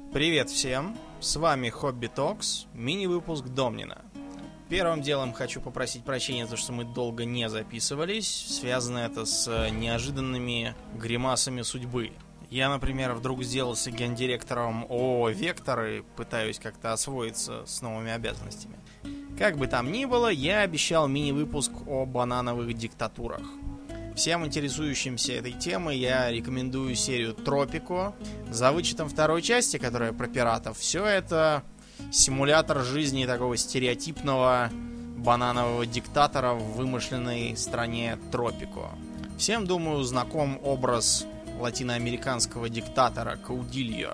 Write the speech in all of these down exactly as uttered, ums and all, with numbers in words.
Привет всем, с вами Хобби Токс, мини-выпуск Домнина. Первым делом хочу попросить прощения за то, что мы долго не записывались. Связано это с неожиданными гримасами судьбы. Я, например, вдруг сделался гендиректором ООО «Вектор» и пытаюсь как-то освоиться с новыми обязанностями. Как бы там ни было, я обещал мини-выпуск о банановых диктатурах. Всем интересующимся этой темой я рекомендую серию «Тропико». За вычетом второй части, которая про пиратов, все это симулятор жизни такого стереотипного бананового диктатора в вымышленной стране Тропико. Всем, думаю, знаком образ латиноамериканского диктатора Каудильо.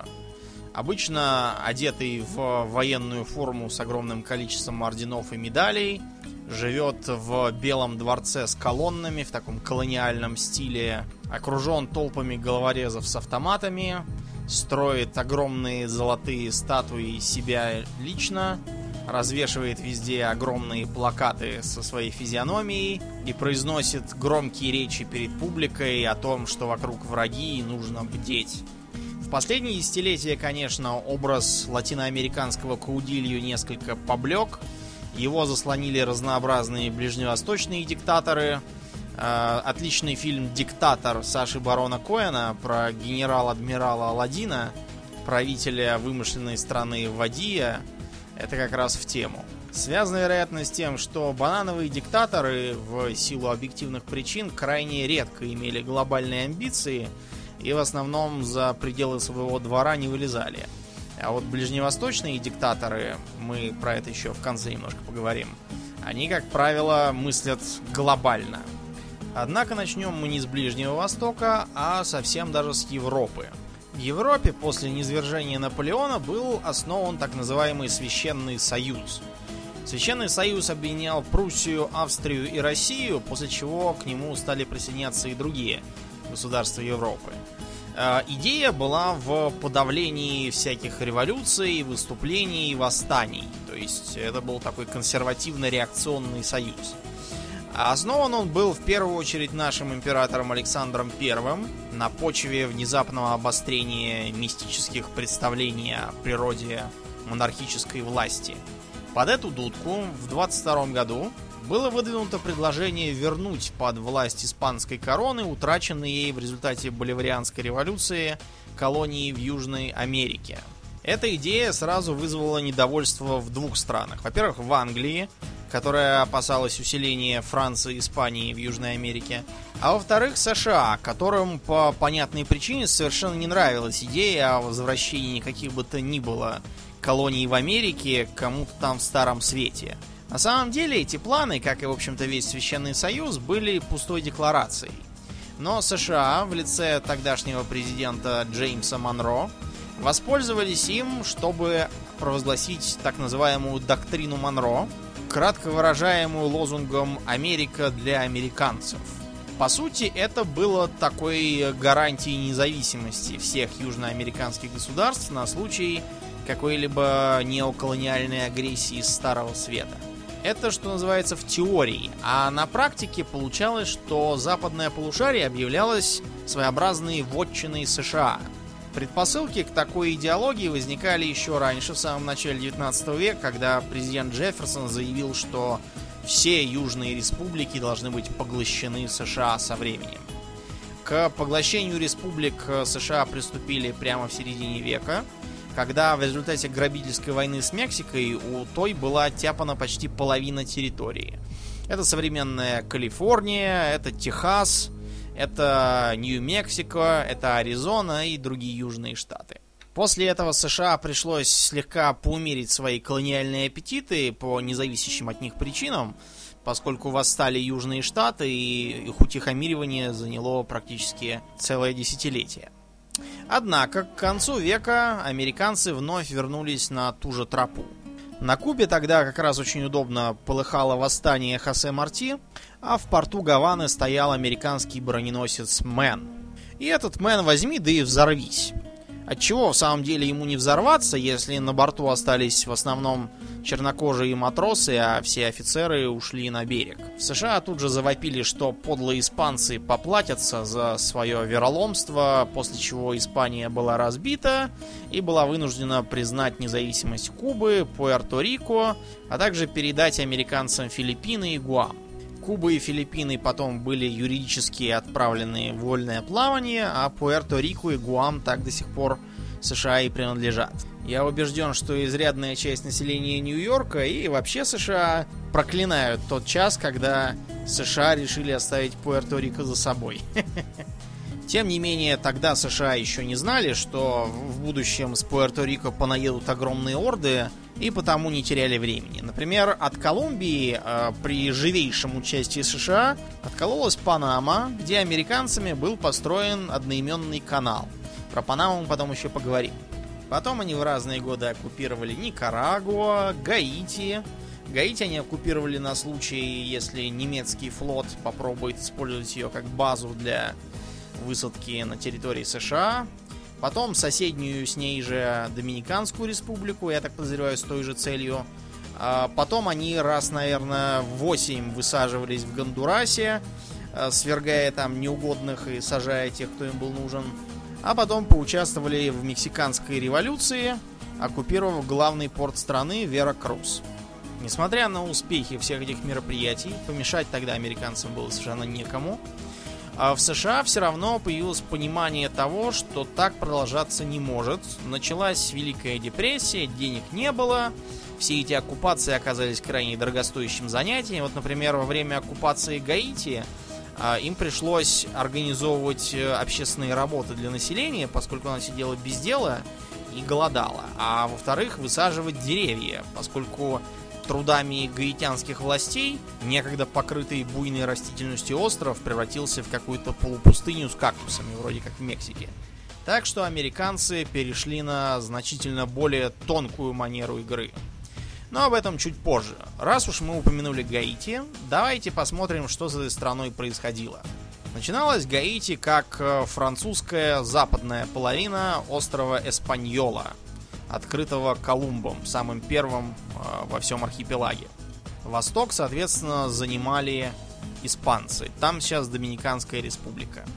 Обычно одетый в военную форму с огромным количеством орденов и медалей, живет в Белом дворце с колоннами в таком колониальном стиле, окружен толпами головорезов с автоматами, строит огромные золотые статуи себя лично, развешивает везде огромные плакаты со своей физиономией и произносит громкие речи перед публикой о том, что вокруг враги и нужно бдеть. В последние десятилетия, конечно, образ латиноамериканского Каудилью несколько поблек. Его заслонили разнообразные ближневосточные диктаторы. Э, отличный фильм «Диктатор» Саши Барона Коэна про генерал-адмирала Аладдина, правителя вымышленной страны Вадия. Это как раз в тему. Связано, вероятно, с тем, что банановые диктаторы в силу объективных причин крайне редко имели глобальные амбиции и в основном за пределы своего двора не вылезали. А вот ближневосточные диктаторы, мы про это еще в конце немножко поговорим, они, как правило, мыслят глобально. Однако начнем мы не с Ближнего Востока, а совсем даже с Европы. В Европе после низвержения Наполеона был основан так называемый Священный Союз. Священный Союз объединял Пруссию, Австрию и Россию, после чего к нему стали присоединяться и другие государства Европы. Идея была в подавлении всяких революций, выступлений и восстаний. То есть это был такой консервативно-реакционный союз. Основан он был в первую очередь нашим императором Александром Первым на почве внезапного обострения мистических представлений о природе монархической власти. Под эту дудку в двадцать втором году было выдвинуто предложение вернуть под власть испанской короны утраченные ей в результате Боливарианской революции колонии в Южной Америке. Эта идея сразу вызвала недовольство в двух странах. Во-первых, в Англии, которая опасалась усиления Франции и Испании в Южной Америке. А во-вторых, США, которым по понятной причине совершенно не нравилась идея о возвращении каких бы то ни было колоний в Америке кому-то там в Старом Свете. На самом деле эти планы, как и в общем-то весь Священный Союз, были пустой декларацией. Но США в лице тогдашнего президента Джеймса Монро воспользовались им, чтобы провозгласить так называемую доктрину Монро, кратко выражаемую лозунгом «Америка для американцев». По сути, это было такой гарантией независимости всех южноамериканских государств на случай какой-либо неоколониальной агрессии из Старого Света. Это, что называется, в теории. А на практике получалось, что западное полушарие объявлялось своеобразной вотчиной США. Предпосылки к такой идеологии возникали еще раньше, в самом начале девятнадцатого века, когда президент Джефферсон заявил, что все южные республики должны быть поглощены США со временем. К поглощению республик США приступили прямо в середине века, когда в результате грабительской войны с Мексикой у той была оттяпана почти половина территории. Это современная Калифорния, это Техас, это Нью-Мексико, это Аризона и другие южные штаты. После этого США пришлось слегка поумерить свои колониальные аппетиты по независящим от них причинам, поскольку восстали южные штаты, и их утихомиривание заняло практически целое десятилетие. Однако к концу века американцы вновь вернулись на ту же тропу. На Кубе тогда как раз очень удобно полыхало восстание Хосе Марти, а в порту Гаваны стоял американский броненосец Мэн. И этот Мэн возьми, да и взорвись. Отчего в самом деле ему не взорваться, если на борту остались в основном чернокожие матросы, а все офицеры ушли на берег? В США тут же завопили, что подлые испанцы поплатятся за свое вероломство, после чего Испания была разбита и была вынуждена признать независимость Кубы, Пуэрто-Рико, а также передать американцам Филиппины и Гуам. Куба и Филиппины потом были юридически отправлены в вольное плавание, а Пуэрто-Рико и Гуам так до сих пор США и принадлежат. Я убежден, что изрядная часть населения Нью-Йорка и вообще США проклинают тот час, когда США решили оставить Пуэрто-Рико за собой. Тем не менее, тогда США еще не знали, что в будущем с Пуэрто-Рико понаедут огромные орды, и потому не теряли времени. Например, от Колумбии э, при живейшем участии США откололась Панама, где американцами был построен одноименный канал. Про Панаму мы потом еще поговорим. Потом они в разные годы оккупировали Никарагуа, Гаити. Гаити они оккупировали на случай, если немецкий флот попробует использовать ее как базу для высадки на территории США. Потом соседнюю с ней же Доминиканскую республику, я так подозреваю, с той же целью. А потом они раз, наверное, восемь высаживались в Гондурасе, свергая там неугодных и сажая тех, кто им был нужен. А потом поучаствовали в Мексиканской революции, оккупировав главный порт страны Веракрус. Несмотря на успехи всех этих мероприятий, помешать тогда американцам было совершенно некому. А в США все равно появилось понимание того, что так продолжаться не может. Началась Великая депрессия, денег не было, все эти оккупации оказались крайне дорогостоящим занятием. Вот, например, во время оккупации Гаити а, им пришлось организовывать общественные работы для населения, поскольку оно сидело без дела и голодало. А во-вторых, высаживать деревья, поскольку трудами гаитянских властей некогда покрытый буйной растительностью остров превратился в какую-то полупустыню с кактусами, вроде как в Мексике. Так что американцы перешли на значительно более тонкую манеру игры. Но об этом чуть позже. Раз уж мы упомянули Гаити, давайте посмотрим, что с этой страной происходило. Начиналась Гаити как французская западная половина острова Эспаньола, открытого Колумбом, самым первым э, во всем архипелаге. Восток, соответственно, занимали испанцы. Там сейчас Доминиканская республика.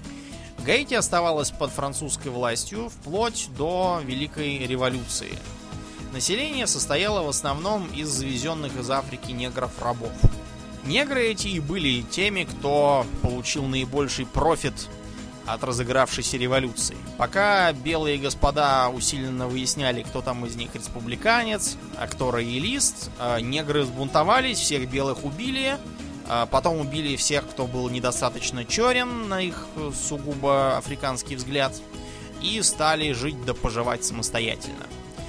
Гаити оставалась под французской властью вплоть до Великой революции. Население состояло в основном из завезенных из Африки негров-рабов. Негры эти и были теми, кто получил наибольший профит от разыгравшейся революции. Пока белые господа усиленно выясняли, кто там из них республиканец, а кто роялист, негры взбунтовались, всех белых убили, потом убили всех, кто был недостаточно черен, на их сугубо африканский взгляд, и стали жить да поживать самостоятельно.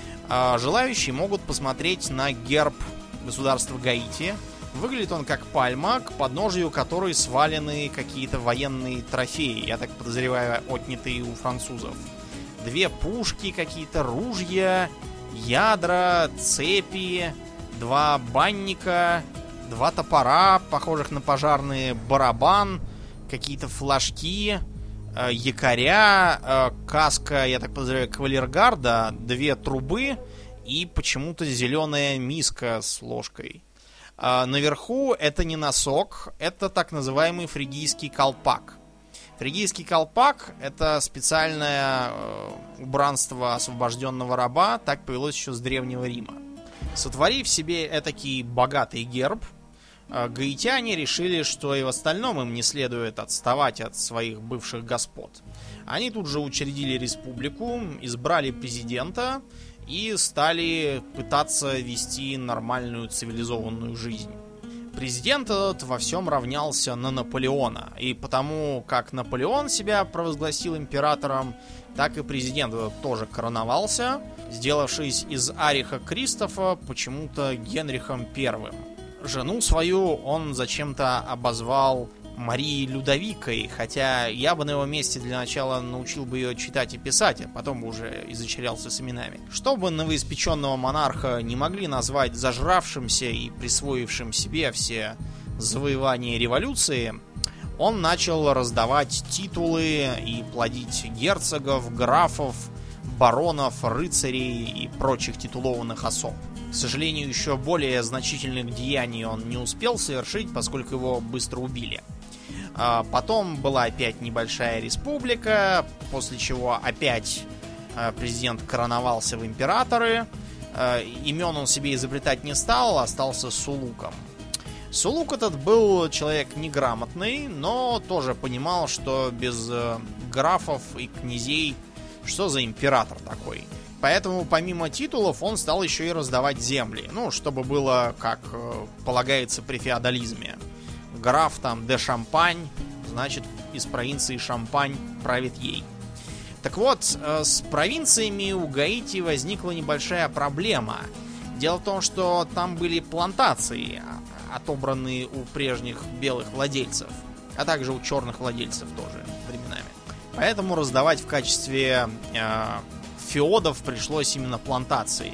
Желающие могут посмотреть на герб государства Гаити. Выглядит он как пальма, к подножию которой свалены какие-то военные трофеи, я так подозреваю, отнятые у французов. Две пушки, какие-то ружья, ядра, цепи, два банника, два топора, похожих на пожарные, барабан, какие-то флажки, э, якоря, э, каска, я так подозреваю, кавалергарда, две трубы и почему-то зеленая миска с ложкой. Наверху это не носок, это так называемый фригийский колпак. Фригийский колпак — это специальное э, убранство освобожденного раба, так появилось еще с Древнего Рима. Сотворив себе этакий богатый герб, э, гаитяне решили, что и в остальном им не следует отставать от своих бывших господ. Они тут же учредили республику, избрали президента и стали пытаться вести нормальную цивилизованную жизнь. Президент этот во всем равнялся на Наполеона, и потому как Наполеон себя провозгласил императором, так и президент этот тоже короновался, сделавшись из Ариха Кристофа почему-то Генрихом Первым. Жену свою он зачем-то обозвал Марией Людовикой, хотя я бы на его месте для начала научил бы ее читать и писать, а потом бы уже изощрялся с именами. Чтобы новоиспеченного монарха не могли назвать зажравшимся и присвоившим себе все завоевания революции, он начал раздавать титулы и плодить герцогов, графов, баронов, рыцарей и прочих титулованных особ. К сожалению, еще более значительных деяний он не успел совершить, поскольку его быстро убили. Потом была опять небольшая республика, после чего опять президент короновался в императоры. Имен он себе изобретать не стал, остался Сулуком. Сулук этот был человек неграмотный, но тоже понимал, что без графов и князей что за император такой. Поэтому помимо титулов он стал еще и раздавать земли. Ну, чтобы было, как полагается при феодализме. Граф там де Шампань, значит, из провинции Шампань правит ей. Так вот, с провинциями у Гаити возникла небольшая проблема. Дело в том, что там были плантации, отобранные у прежних белых владельцев, а также у черных владельцев тоже временами. Поэтому раздавать в качестве э, феодов пришлось именно плантации.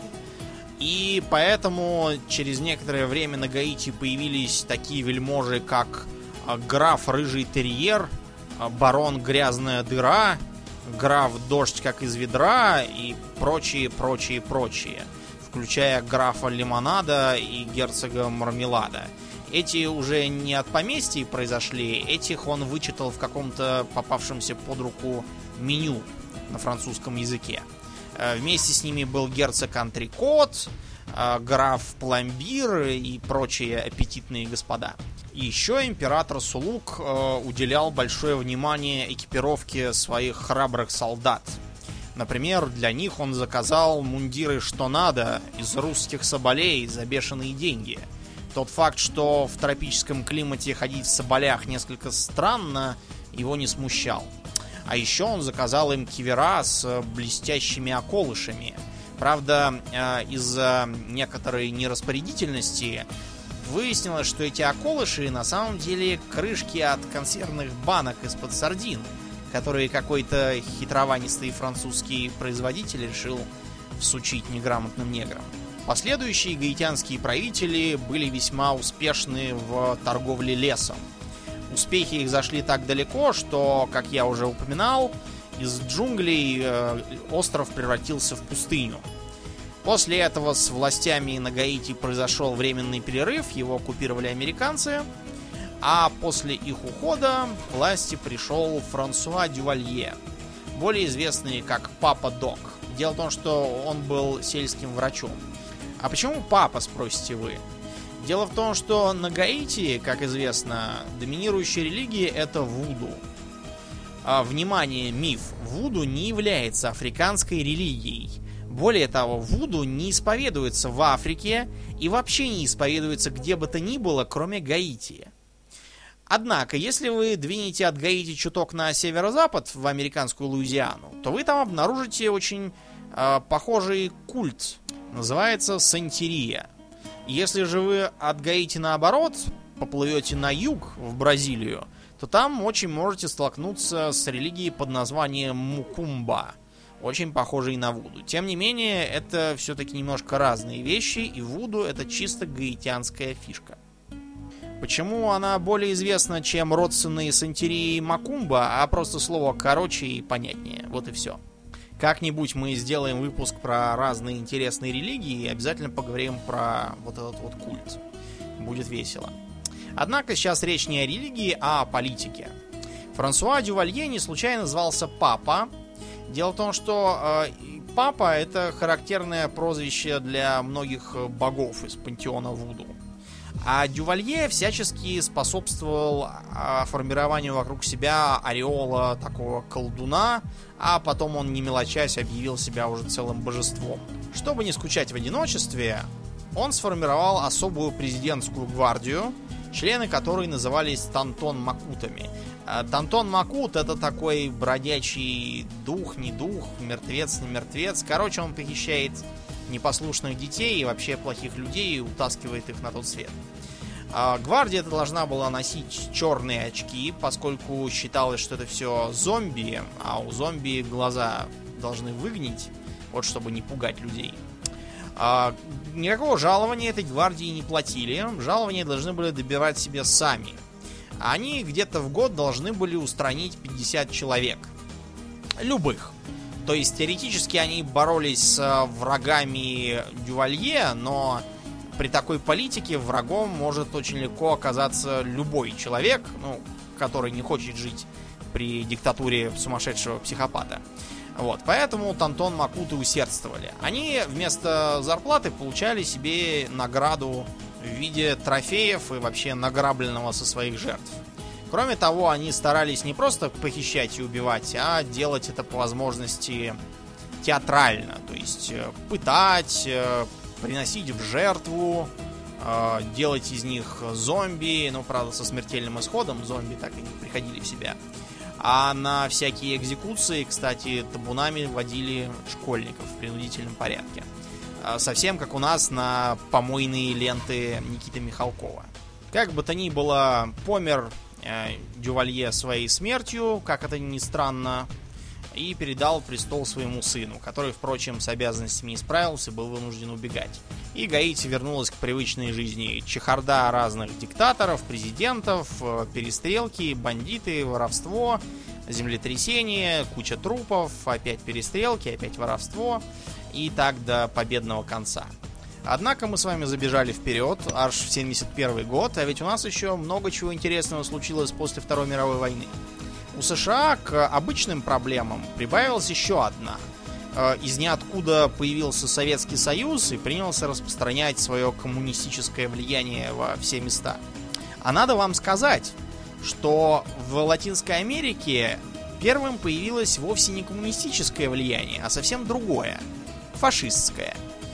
И поэтому через некоторое время на Гаити появились такие вельможи, как граф Рыжий Терьер, барон Грязная Дыра, граф Дождь как из ведра и прочие, прочие, прочие, включая графа Лимонада и герцога Мармелада. Эти уже не от поместья произошли, этих он вычитал в каком-то попавшемся под руку меню на французском языке. Вместе с ними был герцог Антрикот, граф Пломбир и прочие аппетитные господа. Еще император Сулук уделял большое внимание экипировке своих храбрых солдат. Например, для них он заказал мундиры что надо из русских соболей за бешеные деньги. Тот факт, что в тропическом климате ходить в соболях несколько странно, его не смущал. А еще он заказал им кивера с блестящими околышами. Правда, из-за некоторой нераспорядительности выяснилось, что эти околыши на самом деле крышки от консервных банок из-под сардин, которые какой-то хитрованистый французский производитель решил всучить неграмотным неграм. Последующие гаитянские правители были весьма успешны в торговле лесом. Успехи их зашли так далеко, что, как я уже упоминал, из джунглей э, остров превратился в пустыню. После этого с властями на Гаити произошел временный перерыв, его оккупировали американцы, а после их ухода к власти пришел Франсуа Дювалье, более известный как Папа Док. Дело в том, что он был сельским врачом. А почему папа, спросите вы? Дело в том, что на Гаити, как известно, доминирующая религия — это вуду. А, внимание, миф. Вуду не является африканской религией. Более того, вуду не исповедуется в Африке и вообще не исповедуется где бы то ни было, кроме Гаити. Однако, если вы двинете от Гаити чуток на северо-запад, в американскую Луизиану, то вы там обнаружите очень э, похожий культ. Называется Сантирия. Если же вы от Гаити наоборот поплывете на юг, в Бразилию, то там очень можете столкнуться с религией под названием Мукумба, очень похожей на вуду. Тем не менее, это все-таки немножко разные вещи, и вуду — это чисто гаитянская фишка. Почему она более известна, чем родственные Сантирии и Макумба, а просто слово короче и понятнее? Вот и все. Как-нибудь мы сделаем выпуск про разные интересные религии и обязательно поговорим про вот этот вот культ. Будет весело. Однако сейчас речь не о религии, а о политике. Франсуа Дювалье не случайно звался Папа. Дело в том, что э, Папа — это характерное прозвище для многих богов из пантеона вуду. А Дювалье всячески способствовал формированию вокруг себя ореола такого колдуна, а потом он, не мелочась, объявил себя уже целым божеством. Чтобы не скучать в одиночестве, он сформировал особую президентскую гвардию, члены которой назывались Тантон-Макутами. Тантон-Макут — это такой бродячий дух, не дух, мертвец, не мертвец. Короче, он похищает непослушных детей и вообще плохих людей и утаскивает их на тот свет. А гвардия эта должна была носить черные очки, поскольку считалось, что это все зомби, а у зомби глаза должны выгнить, вот чтобы не пугать людей. А, никакого жалования этой гвардии не платили, жалования должны были добивать себе сами. Они где-то в год должны были устранить пятьдесят человек. Любых. То есть теоретически они боролись с врагами Дювалье, но при такой политике врагом может очень легко оказаться любой человек, ну, который не хочет жить при диктатуре сумасшедшего психопата. Вот, поэтому Тантон Макуты усердствовали. Они вместо зарплаты получали себе награду в виде трофеев и вообще награбленного со своих жертв. Кроме того, они старались не просто похищать и убивать, а делать это по возможности театрально. То есть пытать, приносить в жертву, делать из них зомби. Ну, правда, со смертельным исходом. Зомби так и не приходили в себя. А на всякие экзекуции, кстати, табунами водили школьников в принудительном порядке. Совсем как у нас на помойные ленты Никиты Михалкова. Как бы то ни было, помер Дювалье своей смертью, как это ни странно, и передал престол своему сыну, который, впрочем, с обязанностями не справился и был вынужден убегать. И Гаити вернулась к привычной жизни. Чехарда разных диктаторов, президентов, перестрелки, бандиты, воровство, землетрясение, куча трупов, опять перестрелки, опять воровство, и так до победного конца. Однако мы с вами забежали вперед, аж в семьдесят первый год, а ведь у нас еще много чего интересного случилось после Второй мировой войны. У США к обычным проблемам прибавилась еще одна. Из ниоткуда появился Советский Союз и принялся распространять свое коммунистическое влияние во все места. А надо вам сказать, что в Латинской Америке первым появилось вовсе не коммунистическое влияние, а совсем другое – фашистское.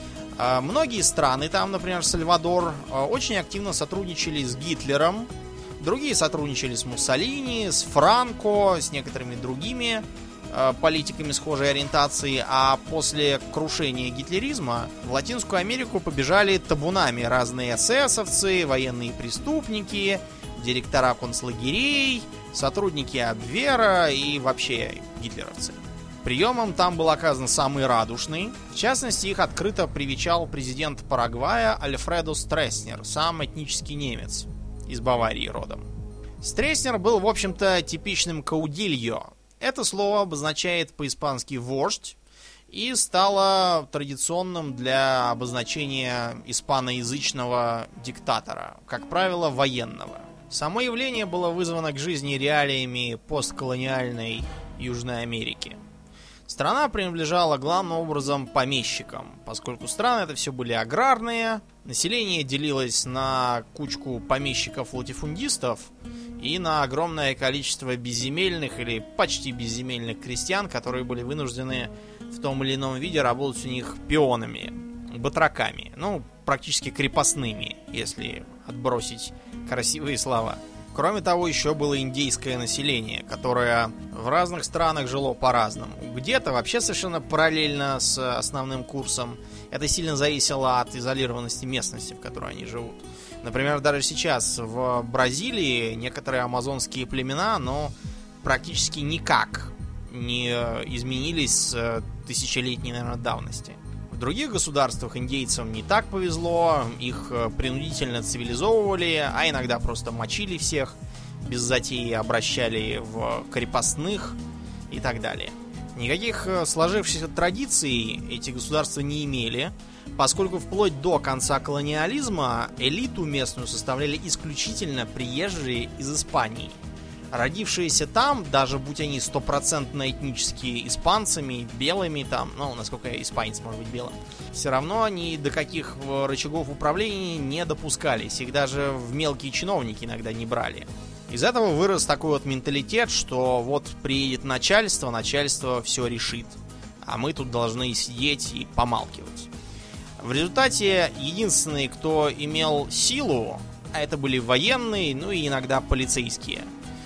Многие страны, там, например, Сальвадор, очень активно сотрудничали с Гитлером, другие сотрудничали с Муссолини, с Франко, с некоторыми другими политиками схожей ориентации, а после крушения гитлеризма в Латинскую Америку побежали табунами разные эсэсовцы, военные преступники, директора концлагерей, сотрудники Абвера и вообще гитлеровцы. Приемом там был оказан самый радушный. В частности, их открыто привечал президент Парагвая Альфредо Стресснер, сам этнический немец, из Баварии родом. Стресснер был, в общем-то, типичным каудильо. Это слово обозначает по-испански «вождь» и стало традиционным для обозначения испаноязычного диктатора, как правило, военного. Само явление было вызвано к жизни реалиями постколониальной Южной Америки. Страна принадлежала главным образом помещикам, поскольку страны это все были аграрные, население делилось на кучку помещиков-латифундистов и на огромное количество безземельных или почти безземельных крестьян, которые были вынуждены в том или ином виде работать у них пионами, батраками, ну, практически крепостными, если отбросить красивые слова. Кроме того, еще было индейское население, которое в разных странах жило по-разному. Где-то вообще совершенно параллельно с основным курсом. Это сильно зависело от изолированности местности, в которой они живут. Например, даже сейчас в Бразилии некоторые амазонские племена, но практически никак не изменились с тысячелетней, наверное, давности. В других государствах индейцам не так повезло, их принудительно цивилизовывали, а иногда просто мочили всех, без затеи обращали в крепостных и так далее. Никаких сложившихся традиций эти государства не имели, поскольку вплоть до конца колониализма элиту местную составляли исключительно приезжие из Испании. Родившиеся там, даже будь они стопроцентно этнически испанцами, белыми там, ну, насколько испанец может быть белым, все равно они до каких рычагов управления не допускались. Их даже в мелкие чиновники иногда не брали. Из этого вырос такой вот менталитет, что вот приедет начальство, начальство все решит, а мы тут должны сидеть и помалкивать. В результате единственные, кто имел силу, а это были военные, ну и иногда полицейские,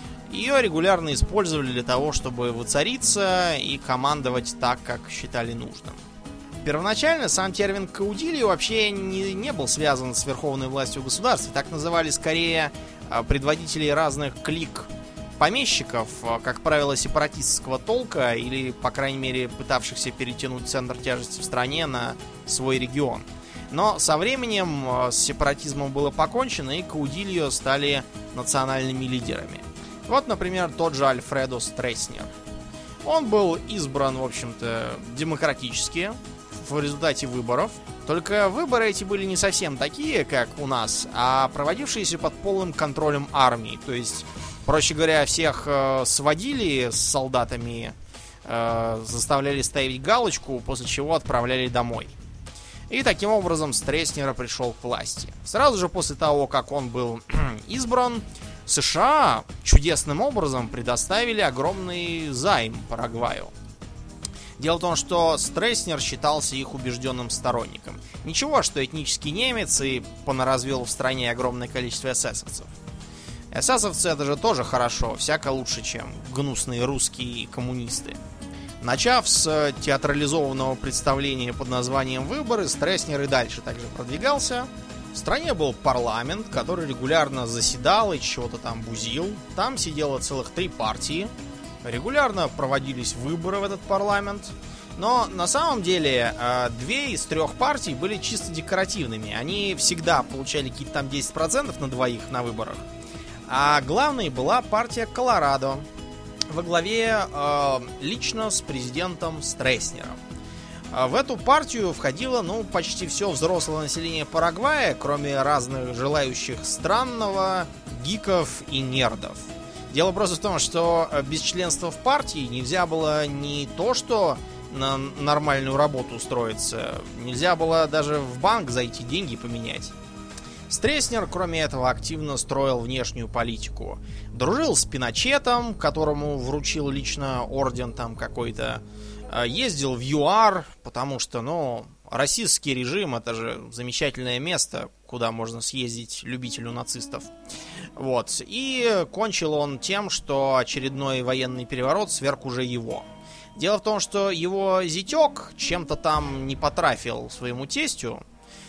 ее регулярно использовали для того, чтобы воцариться и командовать так, как считали нужным. Первоначально сам термин «каудильо» вообще не, не был связан с верховной властью государства. Так называли скорее предводителей разных клик помещиков, как правило, сепаратистского толка или, по крайней мере, пытавшихся перетянуть центр тяжести в стране на свой регион. Но со временем с сепаратизмом было покончено, и каудильо стали национальными лидерами. Вот, например, тот же Альфредо Стресснер. Он был избран, в общем-то, демократически в результате выборов. Только выборы эти были не совсем такие, как у нас, а проводившиеся под полным контролем армии. То есть, проще говоря, всех э, сводили с солдатами, э, заставляли ставить галочку, после чего отправляли домой. И таким образом Стресснер пришел к власти. Сразу же после того, как он был избран, США чудесным образом предоставили огромный займ Парагваю. Дело в том, что Стресснер считался их убежденным сторонником. Ничего, что этнический немец и понаразвел в стране огромное количество эсэсовцев. Эсэсовцы — это же тоже хорошо, всяко лучше, чем гнусные русские коммунисты. Начав с театрализованного представления под названием «Выборы», Стресснер и дальше также продвигался. В стране был парламент, который регулярно заседал и чего-то там бузил. Там сидело целых три партии. Регулярно проводились выборы в этот парламент. Но на самом деле две из трех партий были чисто декоративными. Они всегда получали какие-то там десять процентов на двоих на выборах. А главной была партия Колорадо во главе э, лично с президентом Стресснером. В эту партию входило, ну, почти все взрослое население Парагвая, кроме разных желающих странного, гиков и нердов. Дело просто в том, что без членства в партии нельзя было не то, что на нормальную работу устроиться, нельзя было даже в банк зайти, деньги поменять. Стресснер, кроме этого, активно строил внешнюю политику. Дружил с Пиночетом, которому вручил лично орден там какой-то. Ездил в ЮАР, потому что, ну, российский режим — это же замечательное место, куда можно съездить любителю нацистов. Вот. И кончил он тем, что очередной военный переворот сверг уже его. Дело в том, что его зятек чем-то там не потрафил своему тестю,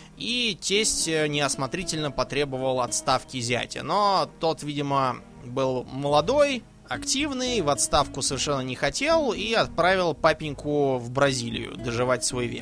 и тесть неосмотрительно потребовал отставки зятя. Но тот, видимо, был молодой, активный, в отставку совершенно не хотел и отправил папеньку в Бразилию доживать свой век.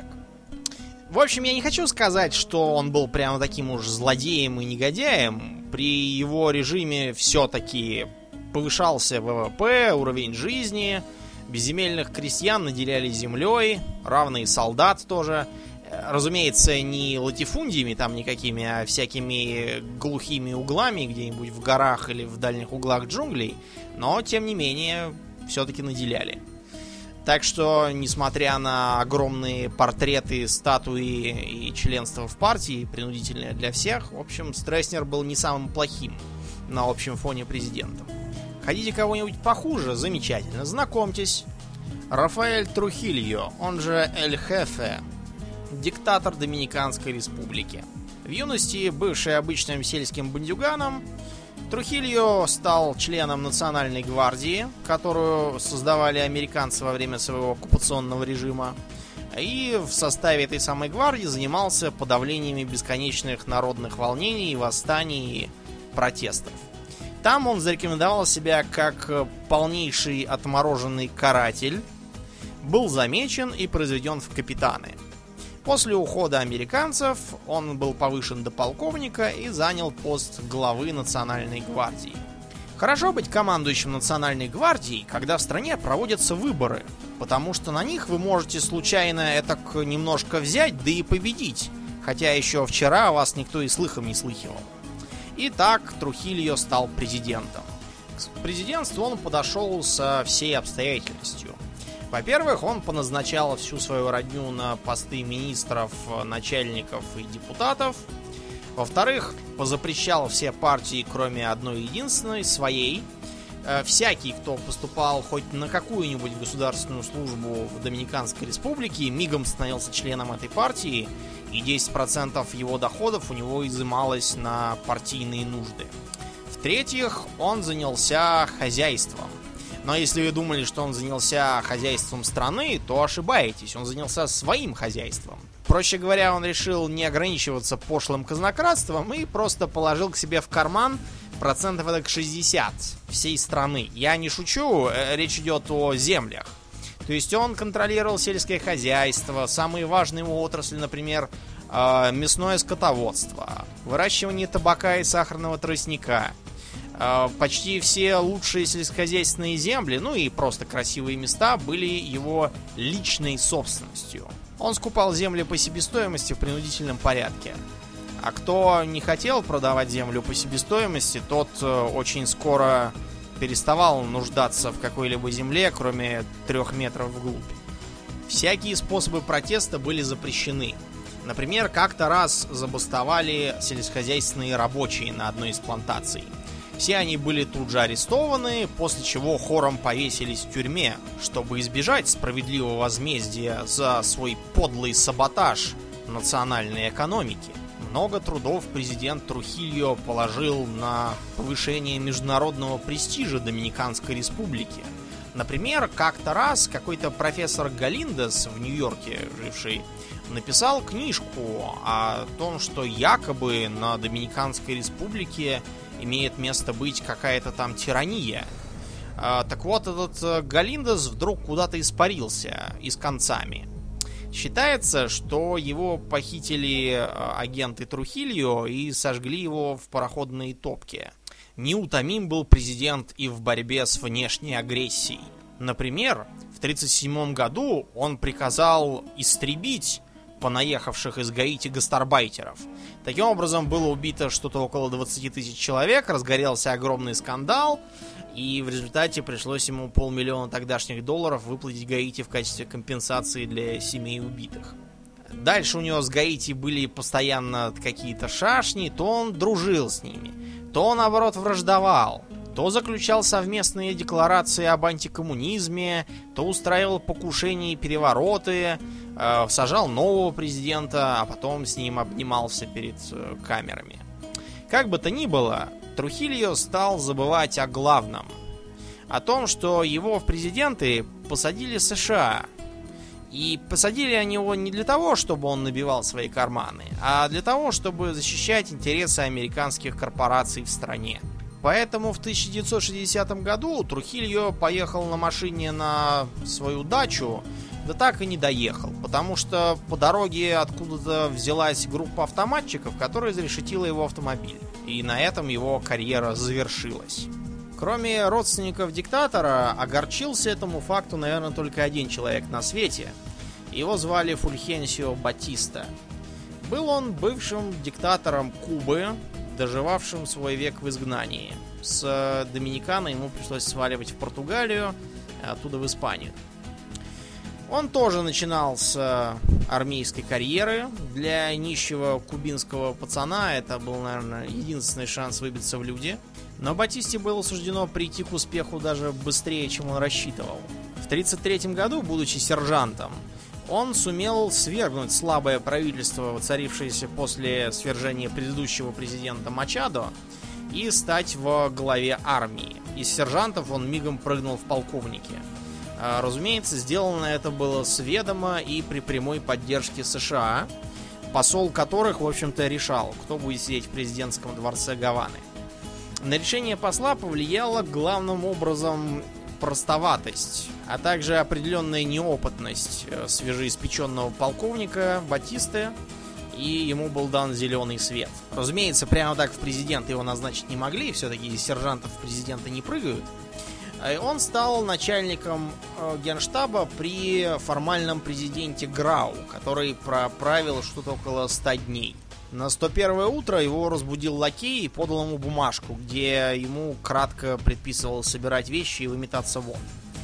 В общем, я не хочу сказать, что он был прямо таким уж злодеем и негодяем. При его режиме все-таки повышался ВВП, уровень жизни, безземельных крестьян наделяли землей, равные солдат тоже. Разумеется, не латифундиями там никакими, а всякими глухими углами где-нибудь в горах или в дальних углах джунглей, но, тем не менее, все-таки наделяли. Так что, несмотря на огромные портреты, статуи и членство в партии, принудительное для всех, в общем, Стресснер был не самым плохим на общем фоне президентом. Хотите кого-нибудь похуже? Замечательно, знакомьтесь. Рафаэль Трухильо, он же Эль Хефе, диктатор Доминиканской республики. В юности, бывший обычным сельским бандюганом, Трухильо стал членом Национальной гвардии, которую создавали американцы во время своего оккупационного режима. И в составе этой самой гвардии занимался подавлениями бесконечных народных волнений, восстаний и протестов. Там он зарекомендовал себя как полнейший отмороженный каратель, был замечен и произведен в капитаны. После ухода американцев он был повышен до полковника и занял пост главы Национальной гвардии. Хорошо быть командующим Национальной гвардией, когда в стране проводятся выборы, потому что на них вы можете случайно этак немножко взять, да и победить, хотя еще вчера вас никто и слыхом не слыхивал. И так Трухильо стал президентом. К президентству он подошел со всей обстоятельностью. Во-первых, он поназначал всю свою родню на посты министров, начальников и депутатов. Во-вторых, позапрещал все партии, кроме одной единственной, своей. Всякий, кто поступал хоть на какую-нибудь государственную службу в Доминиканской республике, мигом становился членом этой партии, и десять процентов его доходов у него изымалось на партийные нужды. В-третьих, он занялся хозяйством. Но если вы думали, что он занялся хозяйством страны, то ошибаетесь. Он занялся своим хозяйством. Проще говоря, он решил не ограничиваться пошлым казнократством и просто положил к себе в карман процентов это к шестьдесят всей страны. Я не шучу, речь идет о землях. То есть он контролировал сельское хозяйство, самые важные его отрасли, например, мясное скотоводство, выращивание табака и сахарного тростника, Почти все лучшие сельскохозяйственные земли, ну и просто красивые места, были его личной собственностью. Он скупал земли по себестоимости в принудительном порядке. А кто не хотел продавать землю по себестоимости, тот очень скоро переставал нуждаться в какой-либо земле, кроме трех метров вглубь. Всякие способы протеста были запрещены. Например, как-то раз забастовали сельскохозяйственные рабочие на одной из плантаций. Все они были тут же арестованы, после чего хором повесились в тюрьме, чтобы избежать справедливого возмездия за свой подлый саботаж национальной экономики. Много трудов президент Трухильо положил на повышение международного престижа Доминиканской республики. Например, как-то раз какой-то профессор Галиндес в Нью-Йорке живший написал книжку о том, что якобы на Доминиканской республике имеет место быть какая-то там тирания. Так вот, этот Галиндес вдруг куда-то испарился и с концами. Считается, что его похитили агенты Трухильо и сожгли его в пароходной топке. Неутомим был президент и в борьбе с внешней агрессией. Например, в тридцать седьмом году он приказал истребить понаехавших из Гаити гастарбайтеров. Таким образом, было убито что-то около двадцать тысяч человек, разгорелся огромный скандал, и в результате пришлось ему полмиллиона тогдашних долларов выплатить Гаити в качестве компенсации для семей убитых. Дальше у него с Гаити были постоянно какие-то шашни, то он дружил с ними, то, наоборот, враждовал, то заключал совместные декларации об антикоммунизме, то устраивал покушения и перевороты, э, сажал нового президента, а потом с ним обнимался перед э, камерами. Как бы то ни было, Трухильо стал забывать о главном. О том, что его в президенты посадили США. И посадили они его не для того, чтобы он набивал свои карманы, а для того, чтобы защищать интересы американских корпораций в стране. Поэтому в тысяча девятьсот шестидесятом году Трухильо поехал на машине на свою дачу, да так и не доехал, потому что по дороге откуда-то взялась группа автоматчиков, которая изрешетила его автомобиль. И на этом его карьера завершилась. Кроме родственников диктатора, огорчился этому факту, наверное, только один человек на свете. Его звали Фульхенсио Батиста. Был он бывшим диктатором Кубы, доживавшим свой век в изгнании. С Доминикана ему пришлось сваливать в Португалию, а оттуда в Испанию. Он тоже начинал с армейской карьеры. Для нищего кубинского пацана это был, наверное, единственный шанс выбиться в люди. Но Батисте было суждено прийти к успеху даже быстрее, чем он рассчитывал. В тридцать третьем году, будучи сержантом, он сумел свергнуть слабое правительство, воцарившееся после свержения предыдущего президента Мачадо, и стать во главе армии. Из сержантов он мигом прыгнул в полковники. Разумеется, сделано это было с ведома и при прямой поддержке США, посол которых, в общем-то, решал, кто будет сидеть в президентском дворце Гаваны. На решение посла повлияла главным образом простоватость, а также определенная неопытность свежеиспеченного полковника Батисты, и ему был дан зеленый свет. Разумеется, прямо так в президенты его назначить не могли, все-таки из сержантов в президенты не прыгают. Он стал начальником генштаба при формальном президенте Грау, который проправил что-то около ста дней. На сто первое утро его разбудил лакей и подал ему бумажку, где ему кратко предписывал собирать вещи и выметаться вон.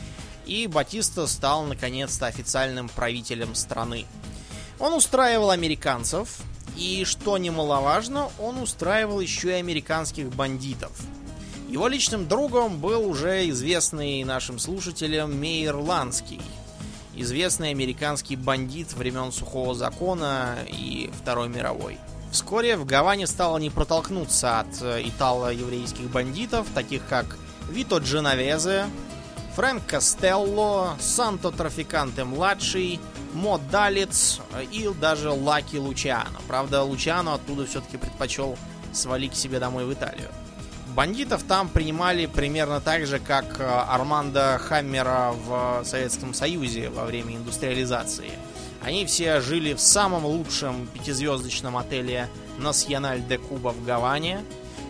И Батиста стал наконец-то официальным правителем страны. Он устраивал американцев, и, что немаловажно, он устраивал еще и американских бандитов. Его личным другом был уже известный нашим слушателям Мейер Ланский, известный американский бандит времен Сухого Закона и Второй мировой. Вскоре в Гаване стало не протолкнуться от итало-еврейских бандитов, таких как Вито Дженовезе, Фрэнк Костелло, Санто Трафиканте-младший, Мо Далец и даже Лаки Лучиано. Правда, Лучиано оттуда все-таки предпочел свалить к себе домой в Италию. Бандитов там принимали примерно так же, как Армандо Хаммера в Советском Союзе во время индустриализации. Они все жили в самом лучшем пятизвездочном отеле Националь де Куба в Гаване.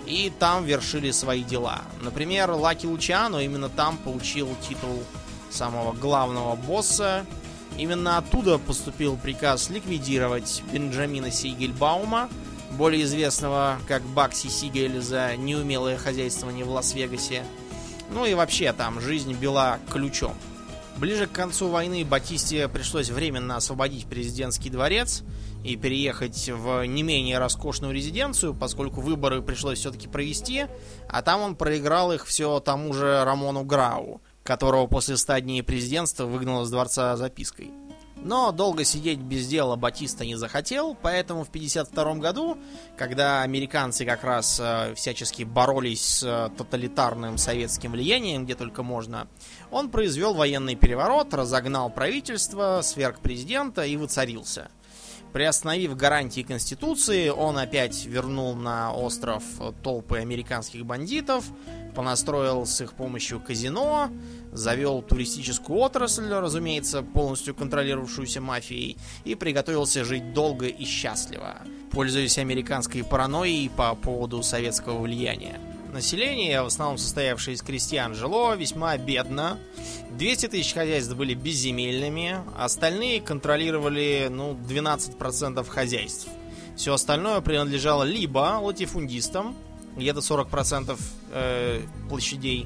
и там вершили свои дела. Например, Лаки Лучиано именно там получил титул самого главного босса. Именно оттуда поступил приказ ликвидировать Бенджамина Сигельбаума, более известного как Бакси Сигель, за неумелое хозяйствование в Лас-Вегасе. Ну и вообще там жизнь била ключом. Ближе к концу войны Батисте пришлось временно освободить президентский дворец и переехать в не менее роскошную резиденцию, поскольку выборы пришлось все-таки провести, а там он проиграл их все тому же Рамону Грау, которого после ста дней президентства выгнал из дворца запиской. Но долго сидеть без дела Батиста не захотел, поэтому в пятьдесят втором году, когда американцы как раз э, всячески боролись с э, тоталитарным советским влиянием, где только можно, он произвел военный переворот, разогнал правительство, сверг президента и воцарился. Приостановив гарантии Конституции, он опять вернул на остров толпы американских бандитов, понастроил с их помощью казино, завел туристическую отрасль, разумеется, полностью контролировавшуюся мафией, и приготовился жить долго и счастливо, пользуясь американской паранойей по поводу советского влияния. Население, в основном состоявшее из крестьян, жило весьма бедно. двести тысяч хозяйств были безземельными, остальные контролировали, ну, двенадцать процентов хозяйств. Все остальное принадлежало либо латифундистам, где-то сорок процентов э, площадей,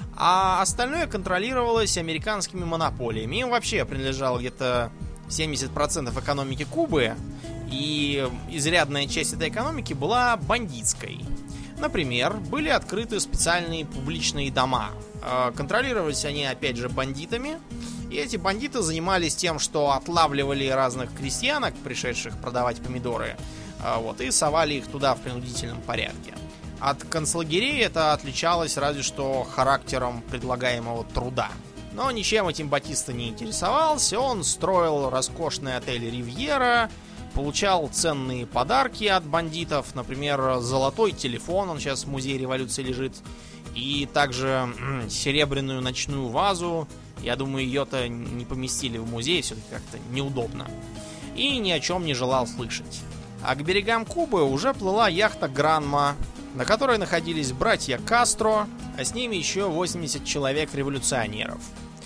а остальное контролировалось американскими монополиями. Им вообще принадлежало где-то семьдесят процентов экономики Кубы, и изрядная часть этой экономики была бандитской. Например, были открыты специальные публичные дома. Контролировались они, опять же, бандитами. И эти бандиты занимались тем, что отлавливали разных крестьянок, пришедших продавать помидоры, вот, и совали их туда в принудительном порядке. От концлагерей это отличалось разве что характером предлагаемого труда. Но ничем этим Батиста не интересовался. Он строил роскошный отель «Ривьера», получал ценные подарки от бандитов, например, золотой телефон, он сейчас в Музее революции лежит, и также серебряную ночную вазу. Я думаю, ее-то не поместили в музей, все-таки как-то неудобно. И ни о чем не желал слышать. А к берегам Кубы уже плыла яхта «Гранма», на которой находились братья Кастро, а с ними еще восемьдесят человек-революционеров.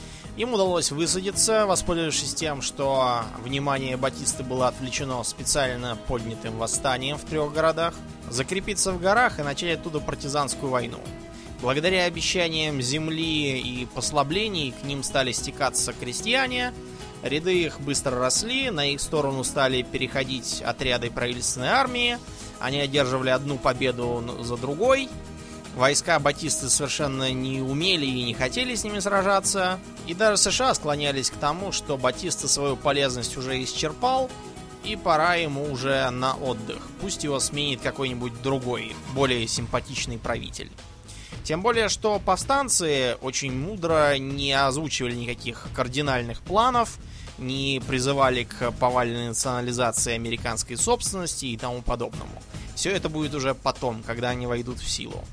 Им удалось высадиться, воспользовавшись тем, что внимание Батисты было отвлечено специально поднятым восстанием в трех городах, закрепиться в горах и начать оттуда партизанскую войну. Благодаря обещаниям земли и послаблений к ним стали стекаться крестьяне, ряды их быстро росли, на их сторону стали переходить отряды правительственной армии, они одерживали одну победу за другой. Войска Батисты совершенно не умели и не хотели с ними сражаться. И даже США склонялись к тому, что Батиста свою полезность уже исчерпал, и пора ему уже на отдых. Пусть его сменит какой-нибудь другой, более симпатичный правитель. Тем более, что повстанцы очень мудро не озвучивали никаких кардинальных планов, не призывали к повальной национализации американской собственности и тому подобному. Все это будет уже потом, когда они войдут в силу.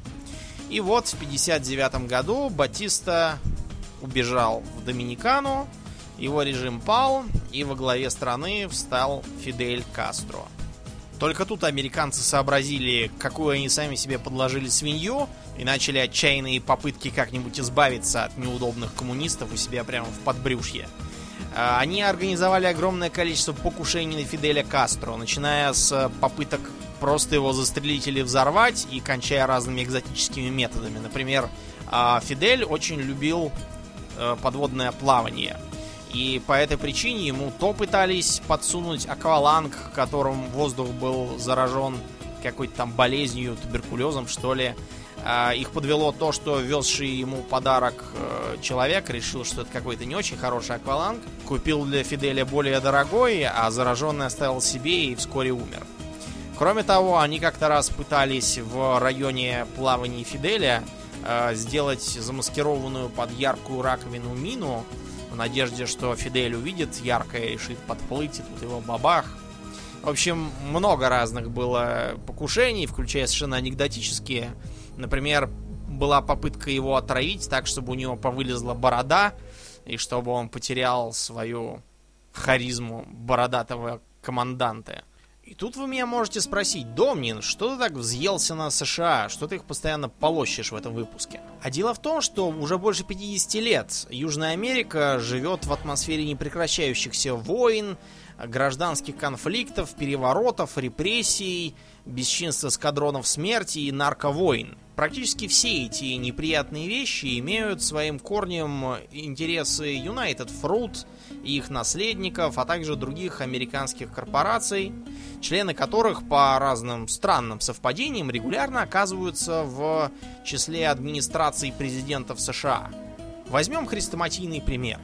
И вот в пятьдесят девятом году Батиста убежал в Доминикану, его режим пал, и во главе страны встал Фидель Кастро. Только тут американцы сообразили, какую они сами себе подложили свинью, и начали отчаянные попытки как-нибудь избавиться от неудобных коммунистов у себя прямо в подбрюшье. Они организовали огромное количество покушений на Фиделя Кастро, начиная с попыток просто его застрелить или взорвать, и кончая разными экзотическими методами. Например, Фидель очень любил подводное плавание, и по этой причине ему то пытались подсунуть акваланг, которым воздух был заражен какой-то там болезнью, туберкулезом, что ли. Их подвело то, что везший ему подарок человек решил, что это какой-то не очень хороший акваланг, купил для Фиделя более дорогой, а зараженный оставил себе и вскоре умер. Кроме того, они как-то раз пытались в районе плавания Фиделя э, сделать замаскированную под яркую раковину мину, в надежде, что Фидель увидит яркое и решит подплыть, и тут его бабах. В общем, много разных было покушений, включая совершенно анекдотические. Например, была попытка его отравить так, чтобы у него повылезла борода, и чтобы он потерял свою харизму бородатого команданта. И тут вы меня можете спросить: Домнин, что ты так взъелся на США? Что ты их постоянно полощешь в этом выпуске? А дело в том, что уже больше пятидесяти лет Южная Америка живет в атмосфере непрекращающихся войн, гражданских конфликтов, переворотов, репрессий, бесчинства эскадронов смерти и нарковойн. Практически все эти неприятные вещи имеют своим корнем интересы United Fruit и их наследников, а также других американских корпораций, члены которых по разным странным совпадениям регулярно оказываются в числе администраций президентов США. Возьмем хрестоматийный пример.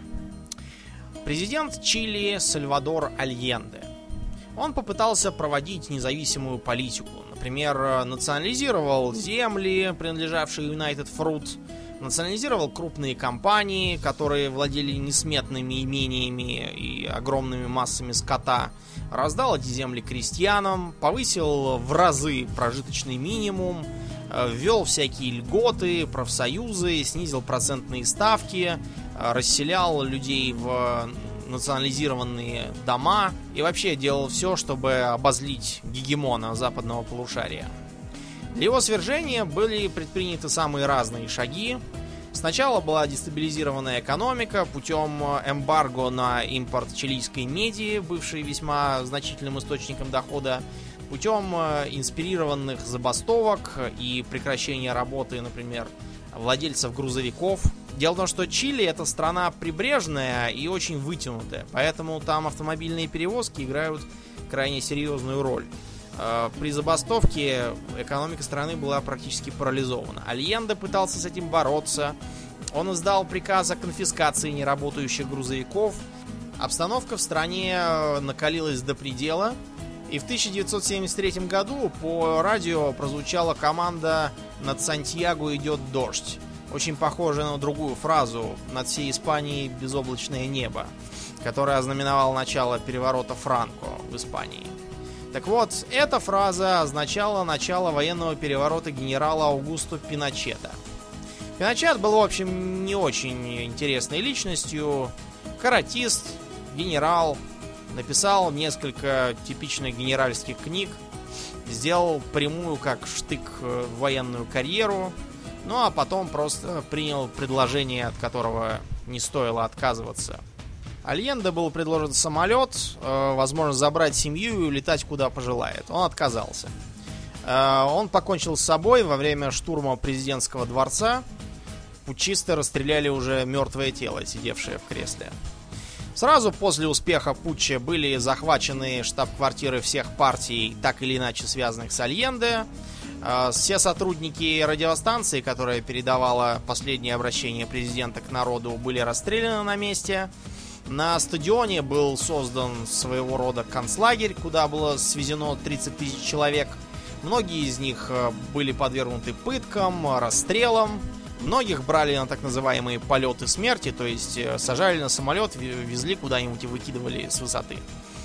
Президент Чили Сальвадор Альенде. Он попытался проводить независимую политику. Например, национализировал земли, принадлежавшие United Fruit, национализировал крупные компании, которые владели несметными имениями и огромными массами скота, раздал эти земли крестьянам, повысил в разы прожиточный минимум, ввел всякие льготы, профсоюзы, снизил процентные ставки, расселял людей в национализированные дома и вообще делал все, чтобы обозлить гегемона западного полушария. Для его свержения были предприняты самые разные шаги. Сначала была дестабилизирована экономика путем эмбарго на импорт чилийской меди, бывшей весьма значительным источником дохода, путем инспирированных забастовок и прекращения работы, например, владельцев грузовиков. Дело в том, что Чили — это страна прибрежная и очень вытянутая, поэтому там автомобильные перевозки играют крайне серьезную роль. При забастовке экономика страны была практически парализована. Альенде пытался с этим бороться. Он издал приказ о конфискации неработающих грузовиков. Обстановка в стране накалилась до предела. И в тысяча девятьсот семьдесят третьем году по радио прозвучала команда «Над Сантьяго идет дождь». Очень похожая на другую фразу «Над всей Испанией безоблачное небо», которая ознаменовала начало переворота Франко в Испании. Так вот, эта фраза означала начало военного переворота генерала Аугусто Пиночета. Пиночет был, в общем, не очень интересной личностью. Каратист, генерал, написал несколько типичных генеральских книг, сделал прямую как штык военную карьеру, ну а потом просто принял предложение, от которого не стоило отказываться. Альенде был предложен самолет, э, возможность забрать семью и улетать куда пожелает. Он отказался. Э, он покончил с собой во время штурма президентского дворца. Путчисты расстреляли уже мертвое тело, сидевшее в кресле. Сразу после успеха путча были захвачены штаб-квартиры всех партий, так или иначе связанных с Альенде. Э, все сотрудники радиостанции, которая передавала последнее обращение президента к народу, были расстреляны на месте. На стадионе был создан своего рода концлагерь, куда было свезено тридцать тысяч человек. Многие из них были подвергнуты пыткам, расстрелам. Многих брали на так называемые полеты смерти, то есть сажали на самолет, везли куда-нибудь и выкидывали с высоты.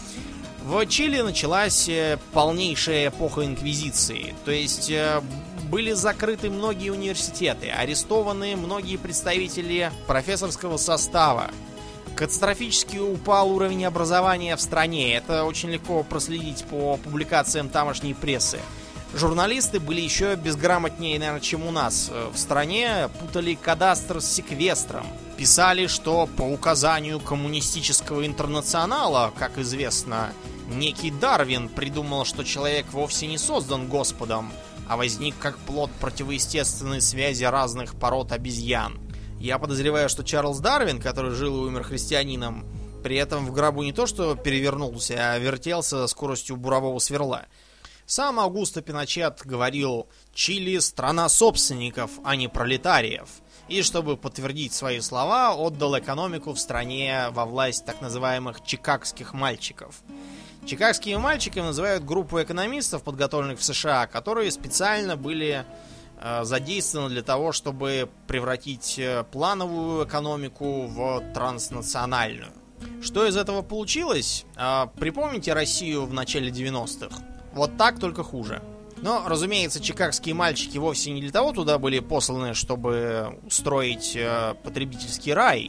В Чили началась полнейшая эпоха инквизиции, то есть были закрыты многие университеты, арестованы многие представители профессорского состава. Катастрофически упал уровень образования в стране. Это очень легко проследить по публикациям тамошней прессы. Журналисты были еще безграмотнее, наверное, чем у нас. В стране путали кадастр с секвестром. Писали, что по указанию коммунистического интернационала, как известно, некий Дарвин придумал, что человек вовсе не создан Господом, а возник как плод противоестественной связи разных пород обезьян. Я подозреваю, что Чарльз Дарвин, который жил и умер христианином, при этом в гробу не то что перевернулся, а вертелся со скоростью бурового сверла. Сам Аугусто Пиночет говорил: «Чили – страна собственников, а не пролетариев». И, чтобы подтвердить свои слова, отдал экономику в стране во власть так называемых чикагских мальчиков. Чикагскими мальчиками называют группу экономистов, подготовленных в США, которые специально были задействованы для того, чтобы превратить плановую экономику в транснациональную. Что из этого получилось? Припомните Россию в начале девяностых. Вот так, только хуже. Но, разумеется, чикагские мальчики вовсе не для того туда были посланы, чтобы устроить потребительский рай.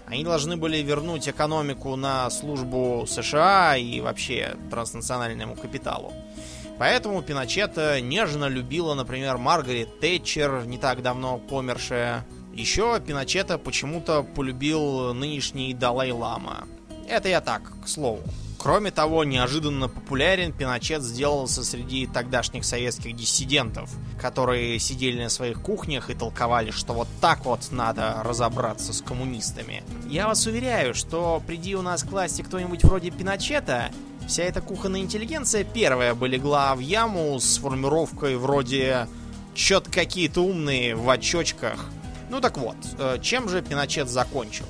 Они должны были вернуть экономику на службу США и вообще транснациональному капиталу. Поэтому Пиночета нежно любила, например, Маргарет Тэтчер, не так давно помершая. Еще Пиночета почему-то полюбил нынешний Далай-лама. Это я так, к слову. Кроме того, неожиданно популярен Пиночет сделался среди тогдашних советских диссидентов, которые сидели на своих кухнях и толковали, что вот так вот надо разобраться с коммунистами. Я вас уверяю, что приди у нас к власти кто-нибудь вроде Пиночета, вся эта кухонная интеллигенция первая бы легла в яму с формулировкой вроде «чё-то какие-то умные в очочках». Ну так вот, чем же Пиночет закончил?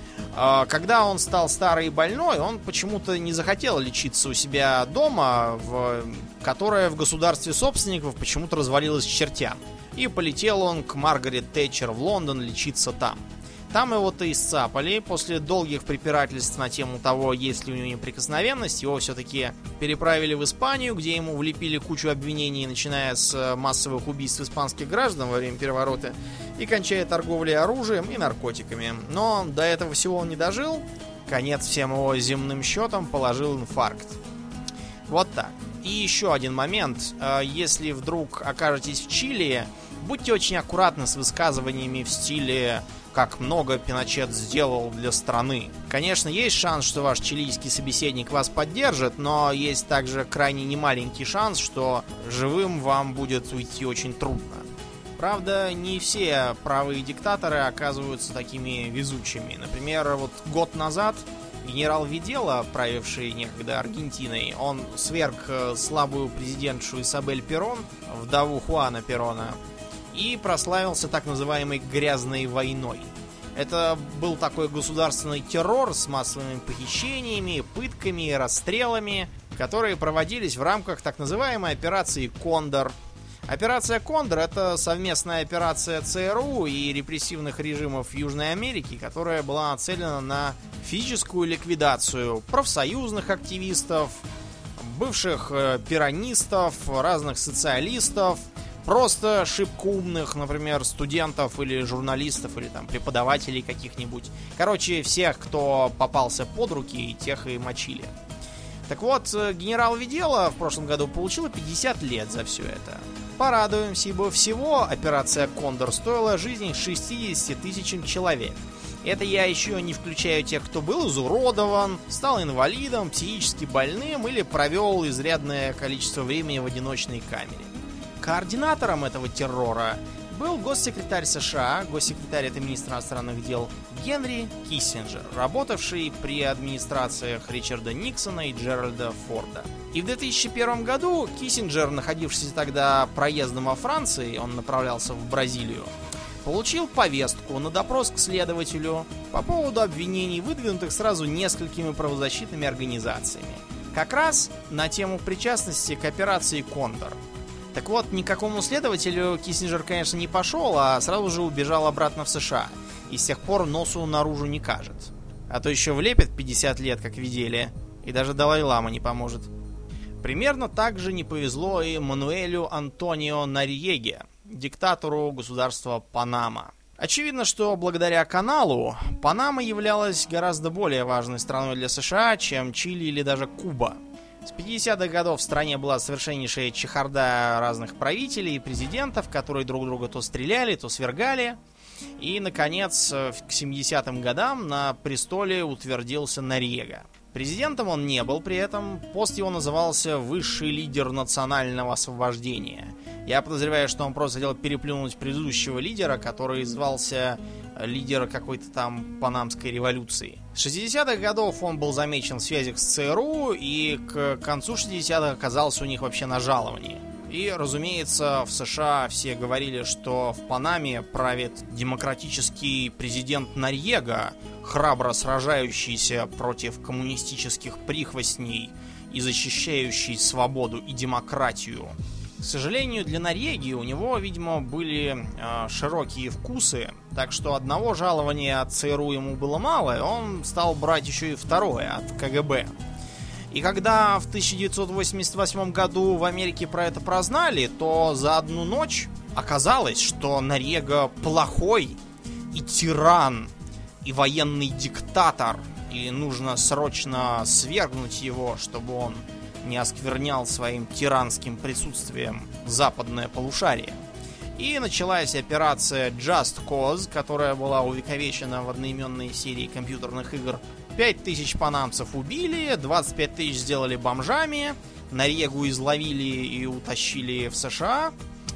Когда он стал старый и больной, он почему-то не захотел лечиться у себя дома, в... которая в государстве собственников почему-то развалилась к чертям. И полетел он к Маргарет Тэтчер в Лондон лечиться там. Там его-то и сцапали. После долгих препирательств на тему того, есть ли у него неприкосновенность, его все-таки переправили в Испанию, где ему влепили кучу обвинений, начиная с массовых убийств испанских граждан во время переворота и кончая торговлей оружием и наркотиками. Но до этого всего он не дожил. Конец всем его земным счетам положил инфаркт. Вот так. И еще один момент. Если вдруг окажетесь в Чили, будьте очень аккуратны с высказываниями в стиле «как много Пиночет сделал для страны». Конечно, есть шанс, что ваш чилийский собеседник вас поддержит, но есть также крайне немаленький шанс, что живым вам будет уйти очень трудно. Правда, не все правые диктаторы оказываются такими везучими. Например, вот год назад генерал Видела, правивший некогда Аргентиной, он сверг слабую президентшу Исабель Перон, вдову Хуана Перона, и прославился так называемой «грязной войной». Это был такой государственный террор с массовыми похищениями, пытками и расстрелами, которые проводились в рамках так называемой операции «Кондор». Операция «Кондор» — это совместная операция ЦРУ и репрессивных режимов Южной Америки, которая была нацелена на физическую ликвидацию профсоюзных активистов, бывших перонистов, разных социалистов, просто шибко умных, например, студентов или журналистов, или там преподавателей каких-нибудь. Короче, всех, кто попался под руки, и тех и мочили. Так вот, генерал Видела в прошлом году получила пятьдесят лет за все это. Порадуемся, ибо всего операция «Кондор» стоила жизни шестьдесят тысячам человек. Это я еще не включаю тех, кто был изуродован, стал инвалидом, психически больным или провел изрядное количество времени в одиночной камере. Координатором этого террора был госсекретарь США, госсекретарь — это министр иностранных дел, Генри Киссинджер, работавший при администрациях Ричарда Никсона и Джеральда Форда. И в две тысячи первом году Киссинджер, находившийся тогда проездом во Франции, он направлялся в Бразилию, получил повестку на допрос к следователю по поводу обвинений, выдвинутых сразу несколькими правозащитными организациями. Как раз на тему причастности к операции «Кондор». Так вот, никакому следователю Киссинджер, конечно, не пошел, а сразу же убежал обратно в США. И с тех пор носу наружу не кажет. А то еще влепит пятьдесят лет, как видели, и даже Далай-лама не поможет. Примерно так же не повезло и Мануэлю Антонио Нориеге, диктатору государства Панама. Очевидно, что благодаря каналу Панама являлась гораздо более важной страной для США, чем Чили или даже Куба. С пятидесятых годов в стране была совершеннейшая чехарда разных правителей и президентов, которые друг друга то стреляли, то свергали. И, наконец, к семидесятым годам на престоле утвердился Нориега. Президентом он не был при этом, пост его назывался «Высший лидер национального освобождения». Я подозреваю, что он просто хотел переплюнуть предыдущего лидера, который звался лидер какой-то там панамской революции. С шестидесятых годов он был замечен в связях с ЦРУ, и к концу шестидесятых оказался у них вообще на жаловании. И, разумеется, в США все говорили, что в Панаме правит демократический президент Нориега, храбро сражающийся против коммунистических прихвостней и защищающий свободу и демократию. К сожалению, для Нориеги у него, видимо, были э, широкие вкусы, так что одного жалования от ЦРУ ему было мало, и он стал брать еще и второе от КГБ. И когда в тысяча девятьсот восемьдесят восьмом году в Америке про это прознали, то за одну ночь оказалось, что Нориега плохой и тиран, и военный диктатор, и нужно срочно свергнуть его, чтобы он не осквернял своим тиранским присутствием западное полушарие. И началась операция Just Cause, которая была увековечена в одноименной серии компьютерных игр. пять тысяч панамцев убили, двадцать пять тысяч сделали бомжами, Норегу изловили и утащили в США,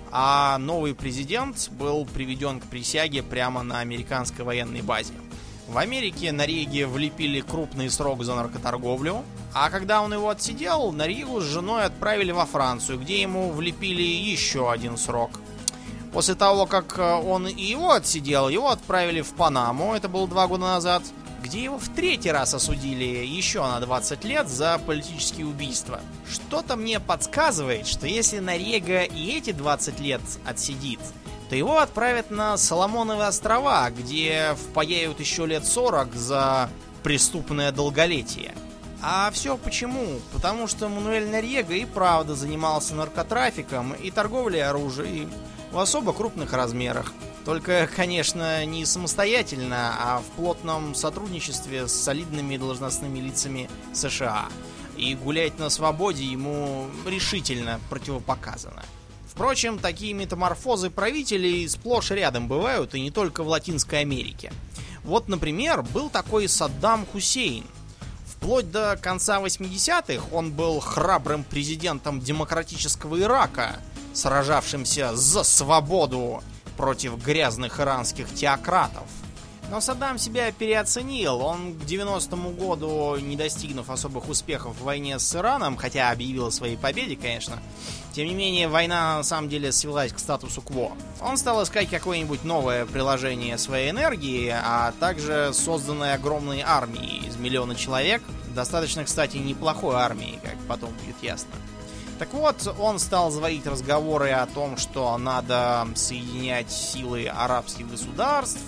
а новый президент был приведен к присяге прямо на американской военной базе. В Америке Нореге влепили крупный срок за наркоторговлю, а когда он его отсидел, Норегу с женой отправили во Францию, где ему влепили еще один срок. После того, как он и его отсидел, его отправили в Панаму, это было два года назад, где его в третий раз осудили еще на двадцать лет за политические убийства. Что-то мне подсказывает, что если Норега и эти двадцать лет отсидит, то его отправят на Соломоновы острова, где впаяют еще лет сорок за преступное долголетие. А все почему? Потому что Мануэль Норега и правда занимался наркотрафиком и торговлей оружием в особо крупных размерах. Только, конечно, не самостоятельно, а в плотном сотрудничестве с солидными должностными лицами США. И гулять на свободе ему решительно противопоказано. Впрочем, такие метаморфозы правителей сплошь и рядом бывают, и не только в Латинской Америке. Вот, например, был такой Саддам Хусейн. Вплоть до конца восьмидесятых он был храбрым президентом демократического Ирака, сражавшимся за свободу против грязных иранских теократов. Но Саддам себя переоценил. Он к девяностому году, не достигнув особых успехов в войне с Ираном, хотя объявил о своей победе, конечно, тем не менее, война на самом деле свелась к статусу кво. Он стал искать какое-нибудь новое приложение своей энергии, а также созданной огромной армией из миллиона человек. Достаточно, кстати, неплохой армии, как потом будет ясно. Так вот, он стал заводить разговоры о том, что надо соединять силы арабских государств,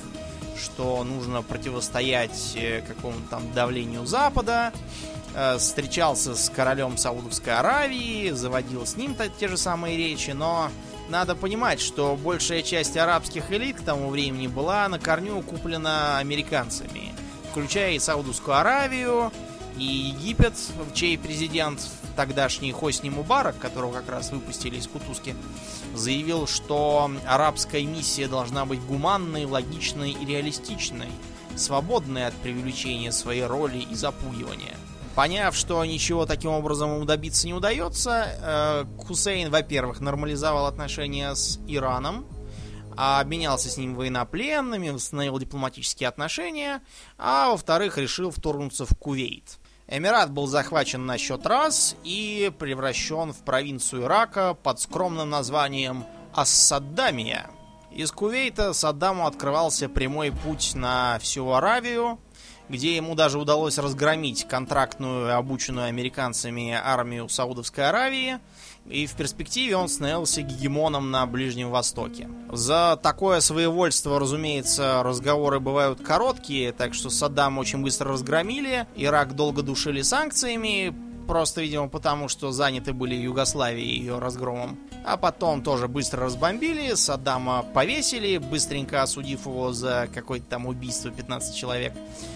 что нужно противостоять какому-то там давлению Запада, встречался с королем Саудовской Аравии, заводил с ним те же самые речи, но надо понимать, что большая часть арабских элит к тому времени была на корню куплена американцами, включая и Саудовскую Аравию, и Египет, чей президент тогдашний Хосни Мубарак, которого как раз выпустили из кутузки, заявил, что арабская миссия должна быть гуманной, логичной и реалистичной, свободной от привлечения своей роли и запугивания. Поняв, что ничего таким образом ему добиться не удается, Хусейн, во-первых, нормализовал отношения с Ираном, обменялся с ним военнопленными, восстановил дипломатические отношения, а во-вторых, решил вторгнуться в Кувейт. Эмират был захвачен на счет раз и превращен в провинцию Ирака под скромным названием Ас-Саддамия. Из Кувейта Саддаму открывался прямой путь на всю Аравию, где ему даже удалось разгромить контрактную, обученную американцами армию Саудовской Аравии, и в перспективе он становился гегемоном на Ближнем Востоке. За такое своевольство, разумеется, разговоры бывают короткие, так что Саддама очень быстро разгромили, Ирак долго душили санкциями, просто, видимо, потому что заняты были Югославией ее разгромом. А потом тоже быстро разбомбили, Саддама повесили, быстренько осудив его за какое-то там убийство пятнадцать человек.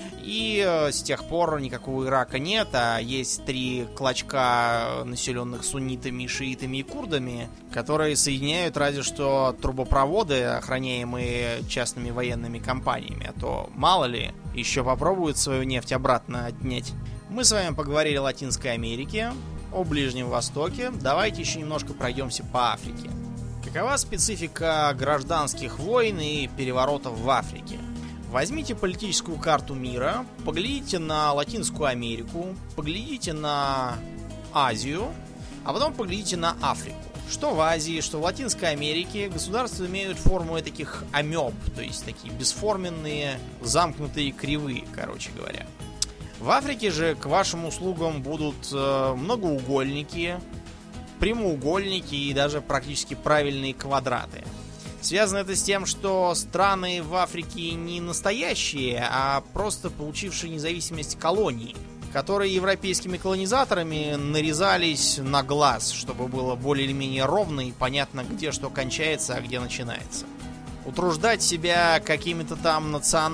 И э, с тех пор никакого Ирака нет, а есть три клочка, населенных суннитами, шиитами и курдами, которые соединяют разве что трубопроводы, охраняемые частными военными компаниями. А то, мало ли, еще попробуют свою нефть обратно отнять. Мы с вами поговорили о Латинской Америке, о Ближнем Востоке. Давайте еще немножко пройдемся по Африке. Какова специфика гражданских войн и переворотов в Африке? Возьмите политическую карту мира, поглядите на Латинскую Америку, поглядите на Азию, а потом поглядите на Африку. Что в Азии, что в Латинской Америке государства имеют форму таких амеб, то есть такие бесформенные, замкнутые, кривые, короче говоря. В Африке же к вашим услугам будут э, многоугольники, прямоугольники и даже практически правильные квадраты. Связано это с тем, что страны в Африке не настоящие, а просто получившие независимость колонии, которые европейскими колонизаторами нарезались на глаз, чтобы было более или менее ровно и понятно, где что кончается, а где начинается. Утруждать себя какими-то там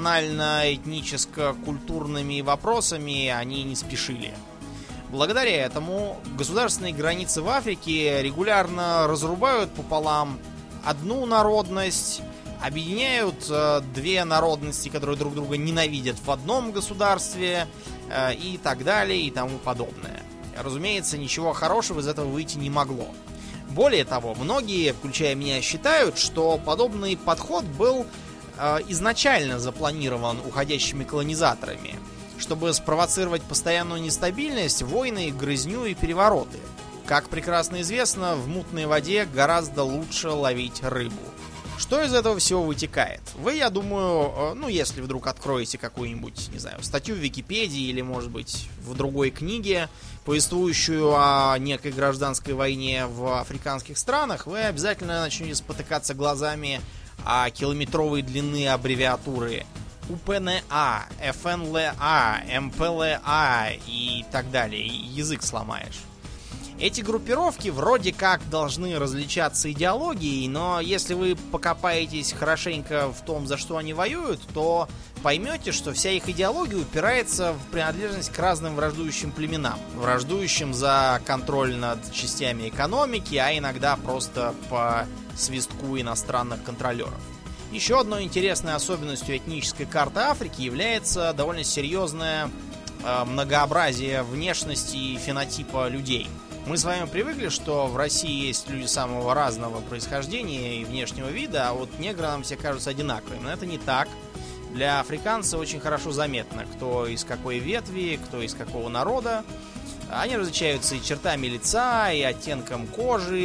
национально-этническо-культурными вопросами они не спешили. Благодаря этому государственные границы в Африке регулярно разрубают пополам одну народность, объединяют э, две народности, которые друг друга ненавидят в одном государстве, э, и так далее, и тому подобное. Разумеется, ничего хорошего из этого выйти не могло. Более того, многие, включая меня, считают, что подобный подход был э, изначально запланирован уходящими колонизаторами, чтобы спровоцировать постоянную нестабильность, войны, грызню и перевороты. Как прекрасно известно, в мутной воде гораздо лучше ловить рыбу. Что из этого всего вытекает? Вы, я думаю, ну, если вдруг откроете какую-нибудь, не знаю, статью в Википедии или, может быть, в другой книге, повествующую о некой гражданской войне в африканских странах, вы обязательно начнете спотыкаться глазами о километровой длины аббревиатуры У П Н А, Ф Н Л А, М П Л А и так далее. Язык сломаешь. Эти группировки вроде как должны различаться идеологией, но если вы покопаетесь хорошенько в том, за что они воюют, то поймете, что вся их идеология упирается в принадлежность к разным враждующим племенам, враждующим за контроль над частями экономики, а иногда просто по свистку иностранных контролеров. Еще одной интересной особенностью этнической карты Африки является довольно серьезное э, многообразие внешности и фенотипа людей. Мы с вами привыкли, что в России есть люди самого разного происхождения и внешнего вида, а вот негры нам все кажутся одинаковыми. Но это не так. Для африканца очень хорошо заметно, кто из какой ветви, кто из какого народа. Они различаются и чертами лица, и оттенком кожи,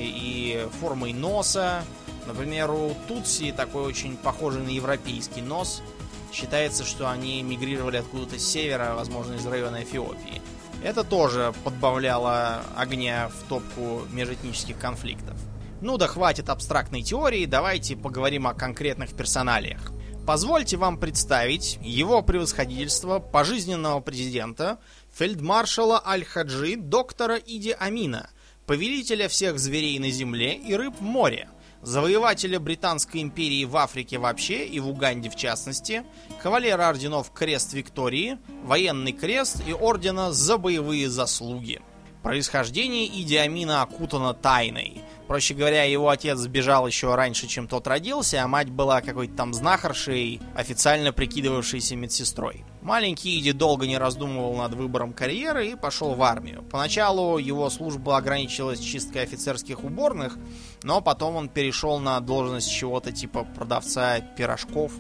и формой носа. Например, у тутси такой очень похожий на европейский нос. Считается, что они мигрировали откуда-то с севера, возможно, из района Эфиопии. Это тоже подбавляло огня в топку межэтнических конфликтов. Ну да хватит абстрактной теории, давайте поговорим о конкретных персоналиях. Позвольте вам представить его превосходительство пожизненного президента, фельдмаршала Аль-Хаджи, доктора Иди Амина, повелителя всех зверей на земле и рыб в море, завоевателя Британской империи в Африке вообще и в Уганде в частности, кавалера орденов Крест Виктории, военный крест и ордена за боевые заслуги. Происхождение Иди Амина окутано тайной. Проще говоря, его отец сбежал еще раньше, чем тот родился, а мать была какой-то там знахаршей, официально прикидывавшейся медсестрой. Маленький Иди долго не раздумывал над выбором карьеры и пошел в армию. Поначалу его служба ограничилась чисткой офицерских уборных, но потом он перешел на должность чего-то типа продавца пирожков.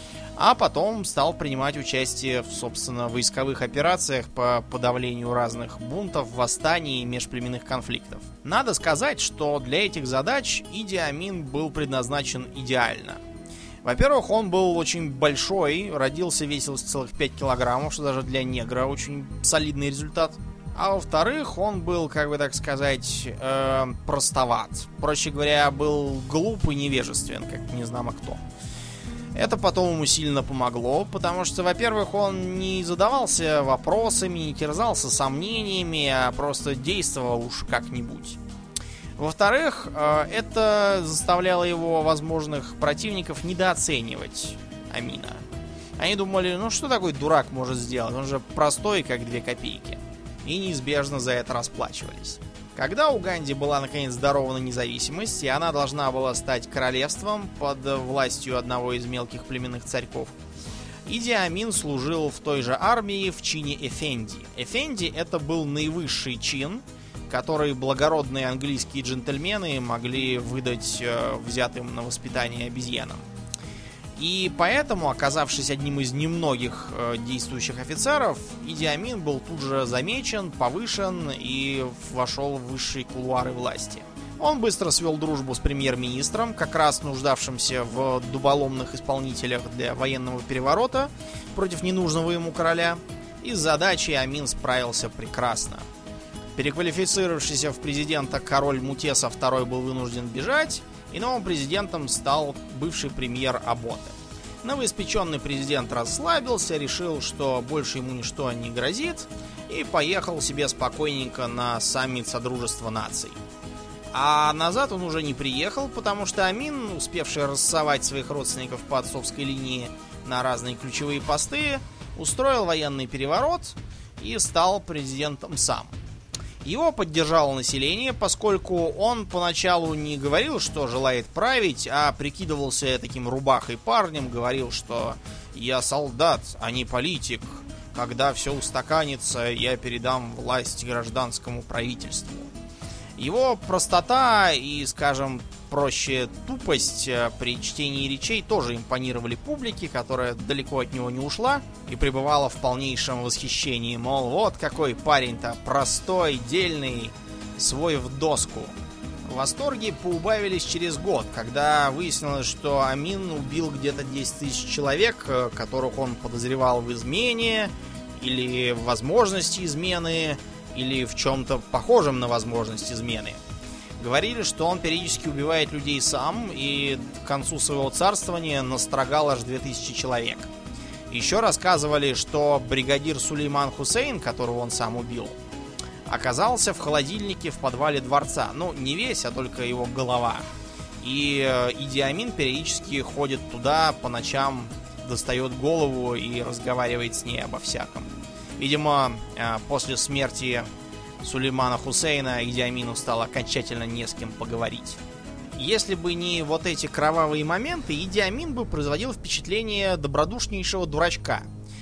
А потом стал принимать участие в, собственно, войсковых операциях по подавлению разных бунтов, восстаний и межплеменных конфликтов. Надо сказать, что для этих задач Иди Амин был предназначен идеально. Во-первых, он был очень большой, родился, весил целых пять килограммов, что даже для негра очень солидный результат. А во-вторых, он был, как бы так сказать, э, простоват. Проще говоря, был глуп и невежествен, как незнамо кто. Это потом ему сильно помогло, потому что, во-первых, он не задавался вопросами, не терзался сомнениями, а просто действовал уж как-нибудь. Во-вторых, это заставляло его возможных противников недооценивать Амина. Они думали, ну что такой дурак может сделать, он же простой, как две копейки. И неизбежно за это расплачивались. Когда Уганде была наконец дарована независимость, и она должна была стать королевством под властью одного из мелких племенных царьков, Иди Амин служил в той же армии в чине эфенди. Эфенди — это был наивысший чин, который благородные английские джентльмены могли выдать э, взятым на воспитание обезьянам. И поэтому, оказавшись одним из немногих э, действующих офицеров, Иди Амин был тут же замечен, повышен и вошел в высшие кулуары власти. Он быстро свел дружбу с премьер-министром, как раз нуждавшимся в дуболомных исполнителях для военного переворота против ненужного ему короля, и с задачей Амин справился прекрасно. Переквалифицировавшийся в президента король Мутеса второй был вынужден бежать, и новым президентом стал бывший премьер Аботе. Новоиспеченный президент расслабился, решил, что больше ему ничто не грозит, и поехал себе спокойненько на саммит Содружества наций. А назад он уже не приехал, потому что Амин, успевший рассовать своих родственников по отцовской линии на разные ключевые посты, устроил военный переворот и стал президентом сам. Его поддержало население, поскольку он поначалу не говорил, что желает править, а прикидывался таким рубахой парнем, говорил, что «я солдат, а не политик. Когда все устаканится, я передам власть гражданскому правительству». Его простота и, скажем, проще тупость при чтении речей тоже импонировали публике, которая далеко от него не ушла и пребывала в полнейшем восхищении. Мол, вот какой парень-то простой, дельный, свой в доску. Восторги поубавились через год, когда выяснилось, что Амин убил где-то десять тысяч человек, которых он подозревал в измене или в возможности измены, или в чем-то похожем на возможность измены. Говорили, что он периодически убивает людей сам, и к концу своего царствования настрогал аж две тысячи человек. Еще рассказывали, что бригадир Сулейман Хусейн, которого он сам убил, оказался в холодильнике в подвале дворца. Ну, не весь, а только его голова. И Иди Амин периодически ходит туда по ночам, достает голову и разговаривает с ней обо всяком. Видимо, после смерти Сулеймана Хусейна Иди Амину стало окончательно не с кем поговорить. Если бы не вот эти кровавые моменты, Иди Амин бы производил впечатление добродушнейшего дурачка.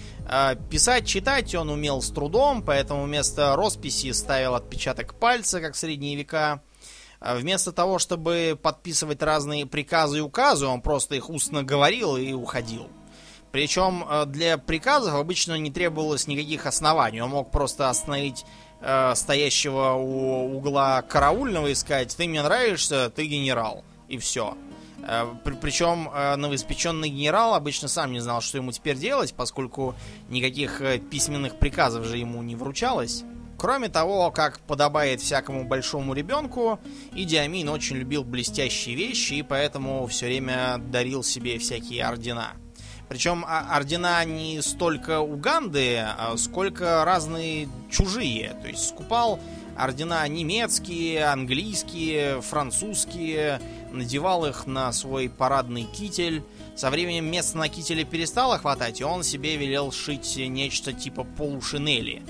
Писать, читать он умел с трудом, поэтому вместо росписи ставил отпечаток пальца, как в средние века. Вместо того, чтобы подписывать разные приказы и указы, он просто их устно говорил и уходил. Причем для приказов обычно не требовалось никаких оснований. Он мог просто остановить э, стоящего у угла караульного и сказать: «Ты мне нравишься, ты генерал». И все. Э, при, причем э, новоиспеченный генерал обычно сам не знал, что ему теперь делать, поскольку никаких э, письменных приказов же ему не вручалось. Кроме того, как подобает всякому большому ребенку, Иди Амин очень любил блестящие вещи и поэтому все время дарил себе всякие ордена. Причем ордена не столько Уганды, сколько разные чужие. То есть скупал ордена немецкие, английские, французские, надевал их на свой парадный китель. Со временем места на кителе перестало хватать, и он себе велел шить нечто типа полушинели.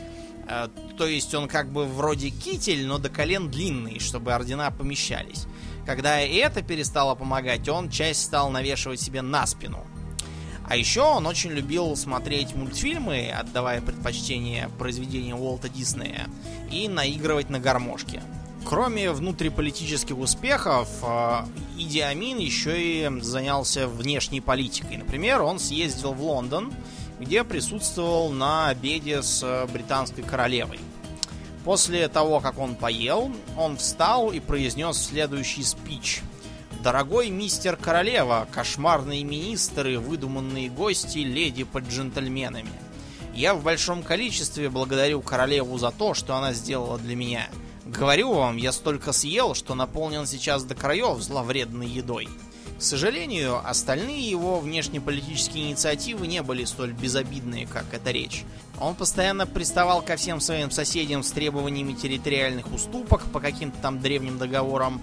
То есть он как бы вроде китель, но до колен длинный, чтобы ордена помещались. Когда и это перестало помогать, он часть стал навешивать себе на спину. А еще он очень любил смотреть мультфильмы, отдавая предпочтение произведениям Уолта Диснея, и наигрывать на гармошке. Кроме внутриполитических успехов, Иди Амин еще и занялся внешней политикой. Например, он съездил в Лондон, где присутствовал на обеде с британской королевой. После того, как он поел, он встал и произнес следующий спич. «Дорогой мистер Королева, кошмарные министры, выдуманные гости, леди под джентльменами. Я в большом количестве благодарю королеву за то, что она сделала для меня. Говорю вам, я столько съел, что наполнен сейчас до краев зловредной едой». К сожалению, остальные его внешнеполитические инициативы не были столь безобидные, как эта речь. Он постоянно приставал ко всем своим соседям с требованиями территориальных уступок по каким-то там древним договорам,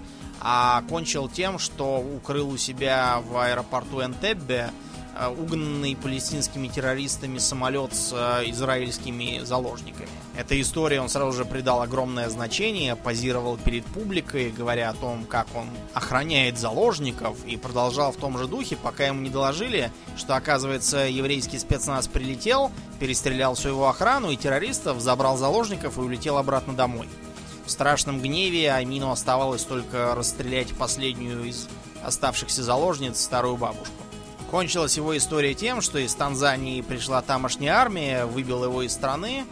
а кончил тем, что укрыл у себя в аэропорту Энтеббе угнанный палестинскими террористами самолет с израильскими заложниками. Этой истории он сразу же придал огромное значение, позировал перед публикой, говоря о том, как он охраняет заложников, и продолжал в том же духе, пока ему не доложили, что, оказывается, еврейский спецназ прилетел, перестрелял всю его охрану и террористов, забрал заложников и улетел обратно домой. В страшном гневе Амину оставалось только расстрелять последнюю из оставшихся заложниц, старую бабушку. Кончилась его история тем, что из Танзании пришла тамошняя армия, выбила его из страны,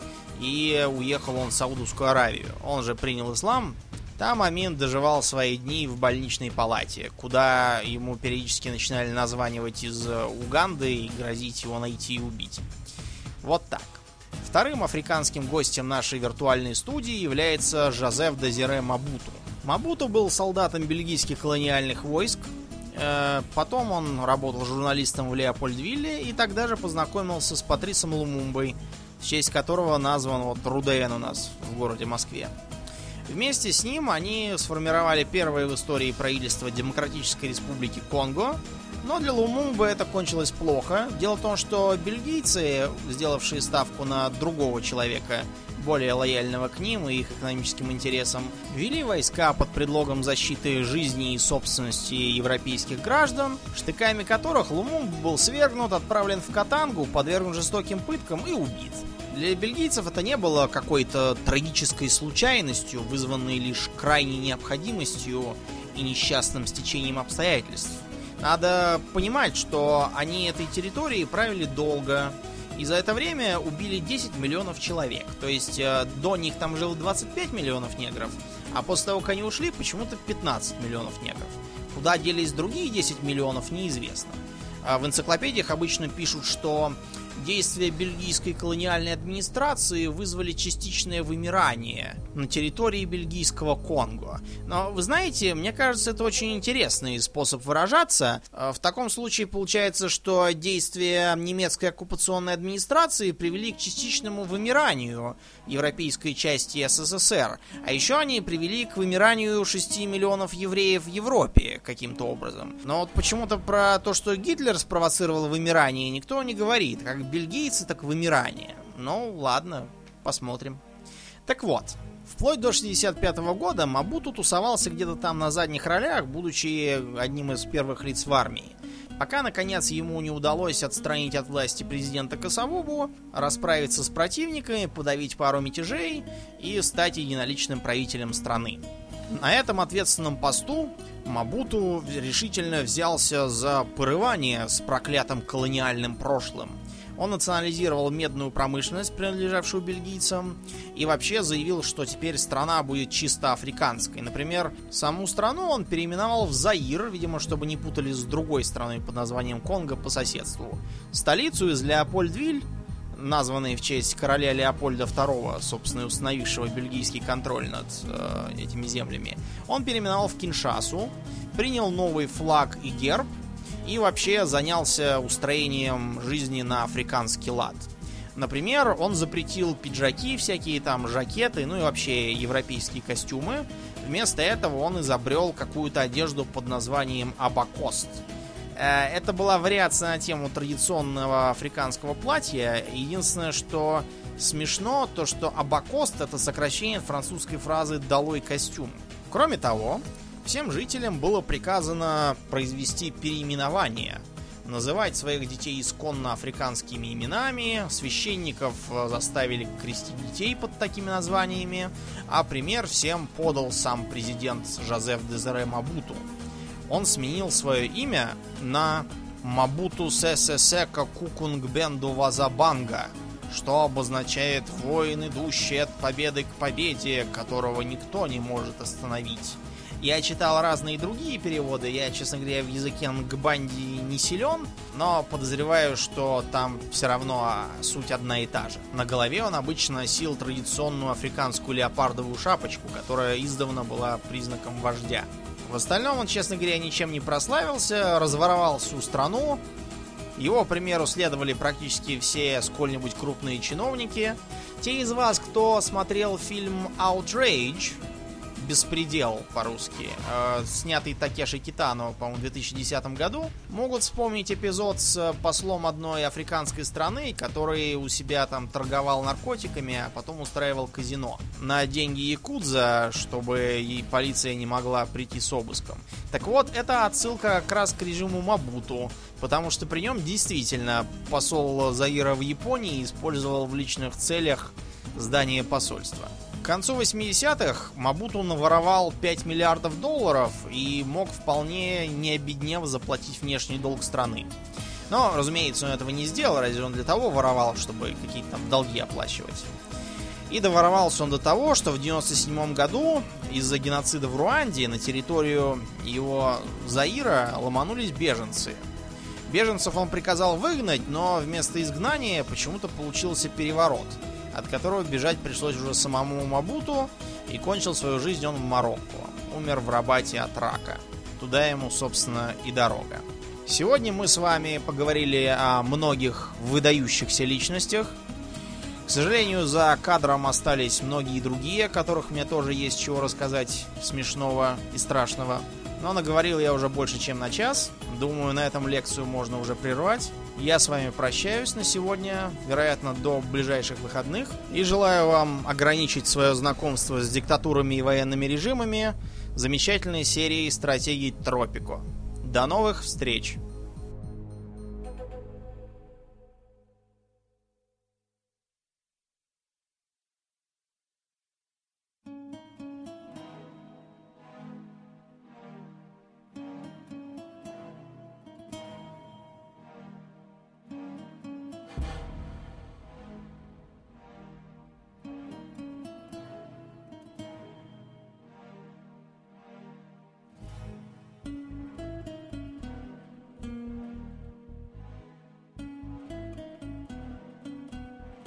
и уехал он в Саудовскую Аравию. Он же принял ислам. Там Амин доживал свои дни в больничной палате, куда ему периодически начинали названивать из Уганды и грозить его найти и убить. Вот так. Вторым африканским гостем нашей виртуальной студии является Жозеф Дезире Мабуту. Мабуту был солдатом бельгийских колониальных войск. Потом он работал журналистом в Леопольдвилле и тогда же познакомился с Патрисом Лумумбой, в честь которого назван вот Руден у нас в городе Москве. Вместе с ним они сформировали первое в истории правительство Демократической Республики Конго, но для Лумумбы это кончилось плохо. Дело в том, что бельгийцы, сделавшие ставку на другого человека, более лояльного к ним и их экономическим интересам, ввели войска под предлогом защиты жизни и собственности европейских граждан, штыками которых Лумумба был свергнут, отправлен в Катангу, подвергнут жестоким пыткам и убит. Для бельгийцев это не было какой-то трагической случайностью, вызванной лишь крайней необходимостью и несчастным стечением обстоятельств. Надо понимать, что они этой территорией правили долго, и за это время убили десять миллионов человек. То есть э, до них там жило двадцать пять миллионов негров, а после того, как они ушли, почему-то пятнадцать миллионов негров. Куда делись другие десять миллионов, неизвестно. А в энциклопедиях обычно пишут, что действия бельгийской колониальной администрации вызвали частичное вымирание на территории бельгийского Конго. Но, вы знаете, мне кажется, это очень интересный способ выражаться. В таком случае получается, что действия немецкой оккупационной администрации привели к частичному вымиранию европейской части СССР. А еще они привели к вымиранию шести миллионов евреев в Европе каким-то образом. Но вот почему-то про то, что Гитлер спровоцировал вымирание, никто не говорит. Как бельгийцы, так вымирание. Ну, ладно, посмотрим. Так вот, вплоть до шестьдесят пятого года Мабуту тусовался где-то там на задних ролях, будучи одним из первых лиц в армии. Пока, наконец, ему не удалось отстранить от власти президента Косовобу, расправиться с противниками, подавить пару мятежей и стать единоличным правителем страны. На этом ответственном посту Мабуту решительно взялся за порывание с проклятым колониальным прошлым. Он национализировал медную промышленность, принадлежавшую бельгийцам, и вообще заявил, что теперь страна будет чисто африканской. Например, саму страну он переименовал в Заир, видимо, чтобы не путали с другой страной под названием Конго по соседству. Столицу из Леопольдвиль, названной в честь короля Леопольда второго, собственно, установившего бельгийский контроль над э, этими землями, он переименовал в Киншасу, принял новый флаг и герб, и вообще занялся устроением жизни на африканский лад. Например, он запретил пиджаки, всякие там жакеты, ну и вообще европейские костюмы. Вместо этого он изобрел какую-то одежду под названием абакост. Это была вариация на тему традиционного африканского платья. Единственное, что смешно, то что абакост — это сокращение французской фразы «долой костюм». Кроме того, всем жителям было приказано произвести переименование, называть своих детей исконно африканскими именами, священников заставили крестить детей под такими названиями, а пример всем подал сам президент Жозеф Дезире Мабуту. Он сменил свое имя на Мабуту Сесесека Кукунгбенду Вазабанга, что обозначает «воин, идущий от победы к победе, которого никто не может остановить». Я читал разные другие переводы, я, честно говоря, в языке нгбанди не силен, но подозреваю, что там все равно суть одна и та же. На голове он обычно носил традиционную африканскую леопардовую шапочку, которая издавна была признаком вождя. В остальном он, честно говоря, ничем не прославился, разворовал всю страну. Его примеру следовали практически все сколь-нибудь крупные чиновники. Те из вас, кто смотрел фильм «Outrage», «Беспредел» по-русски, э, снятый Такеши Китано, по-моему, в две тысячи десятом году, могут вспомнить эпизод с послом одной африканской страны, который у себя там торговал наркотиками, а потом устраивал казино на деньги якудза, чтобы и полиция не могла прийти с обыском. Так вот, это отсылка как раз к режиму Мабуту, потому что при нем действительно посол Заира в Японии использовал в личных целях здание посольства. К концу восьмидесятых Мабуту наворовал пять миллиардов долларов и мог вполне не обеднев заплатить внешний долг страны. Но, разумеется, он этого не сделал, разве он для того воровал, чтобы какие-то там долги оплачивать. И доворовался он до того, что в девяносто седьмом году из-за геноцида в Руанде на территорию его Заира ломанулись беженцы. Беженцев он приказал выгнать, но вместо изгнания почему-то получился переворот, от которого бежать пришлось уже самому Мабуту, и кончил свою жизнь он в Марокко. Умер в Рабате от рака. Туда ему, собственно, и дорога. Сегодня мы с вами поговорили о многих выдающихся личностях. К сожалению, за кадром остались многие другие, которых мне тоже есть чего рассказать смешного и страшного. Но наговорил я уже больше, чем на час. Думаю, на этом лекцию можно уже прервать. Я с вами прощаюсь на сегодня, вероятно, до ближайших выходных. И желаю вам ограничить свое знакомство с диктатурами и военными режимами замечательной серией стратегий Тропико. До новых встреч!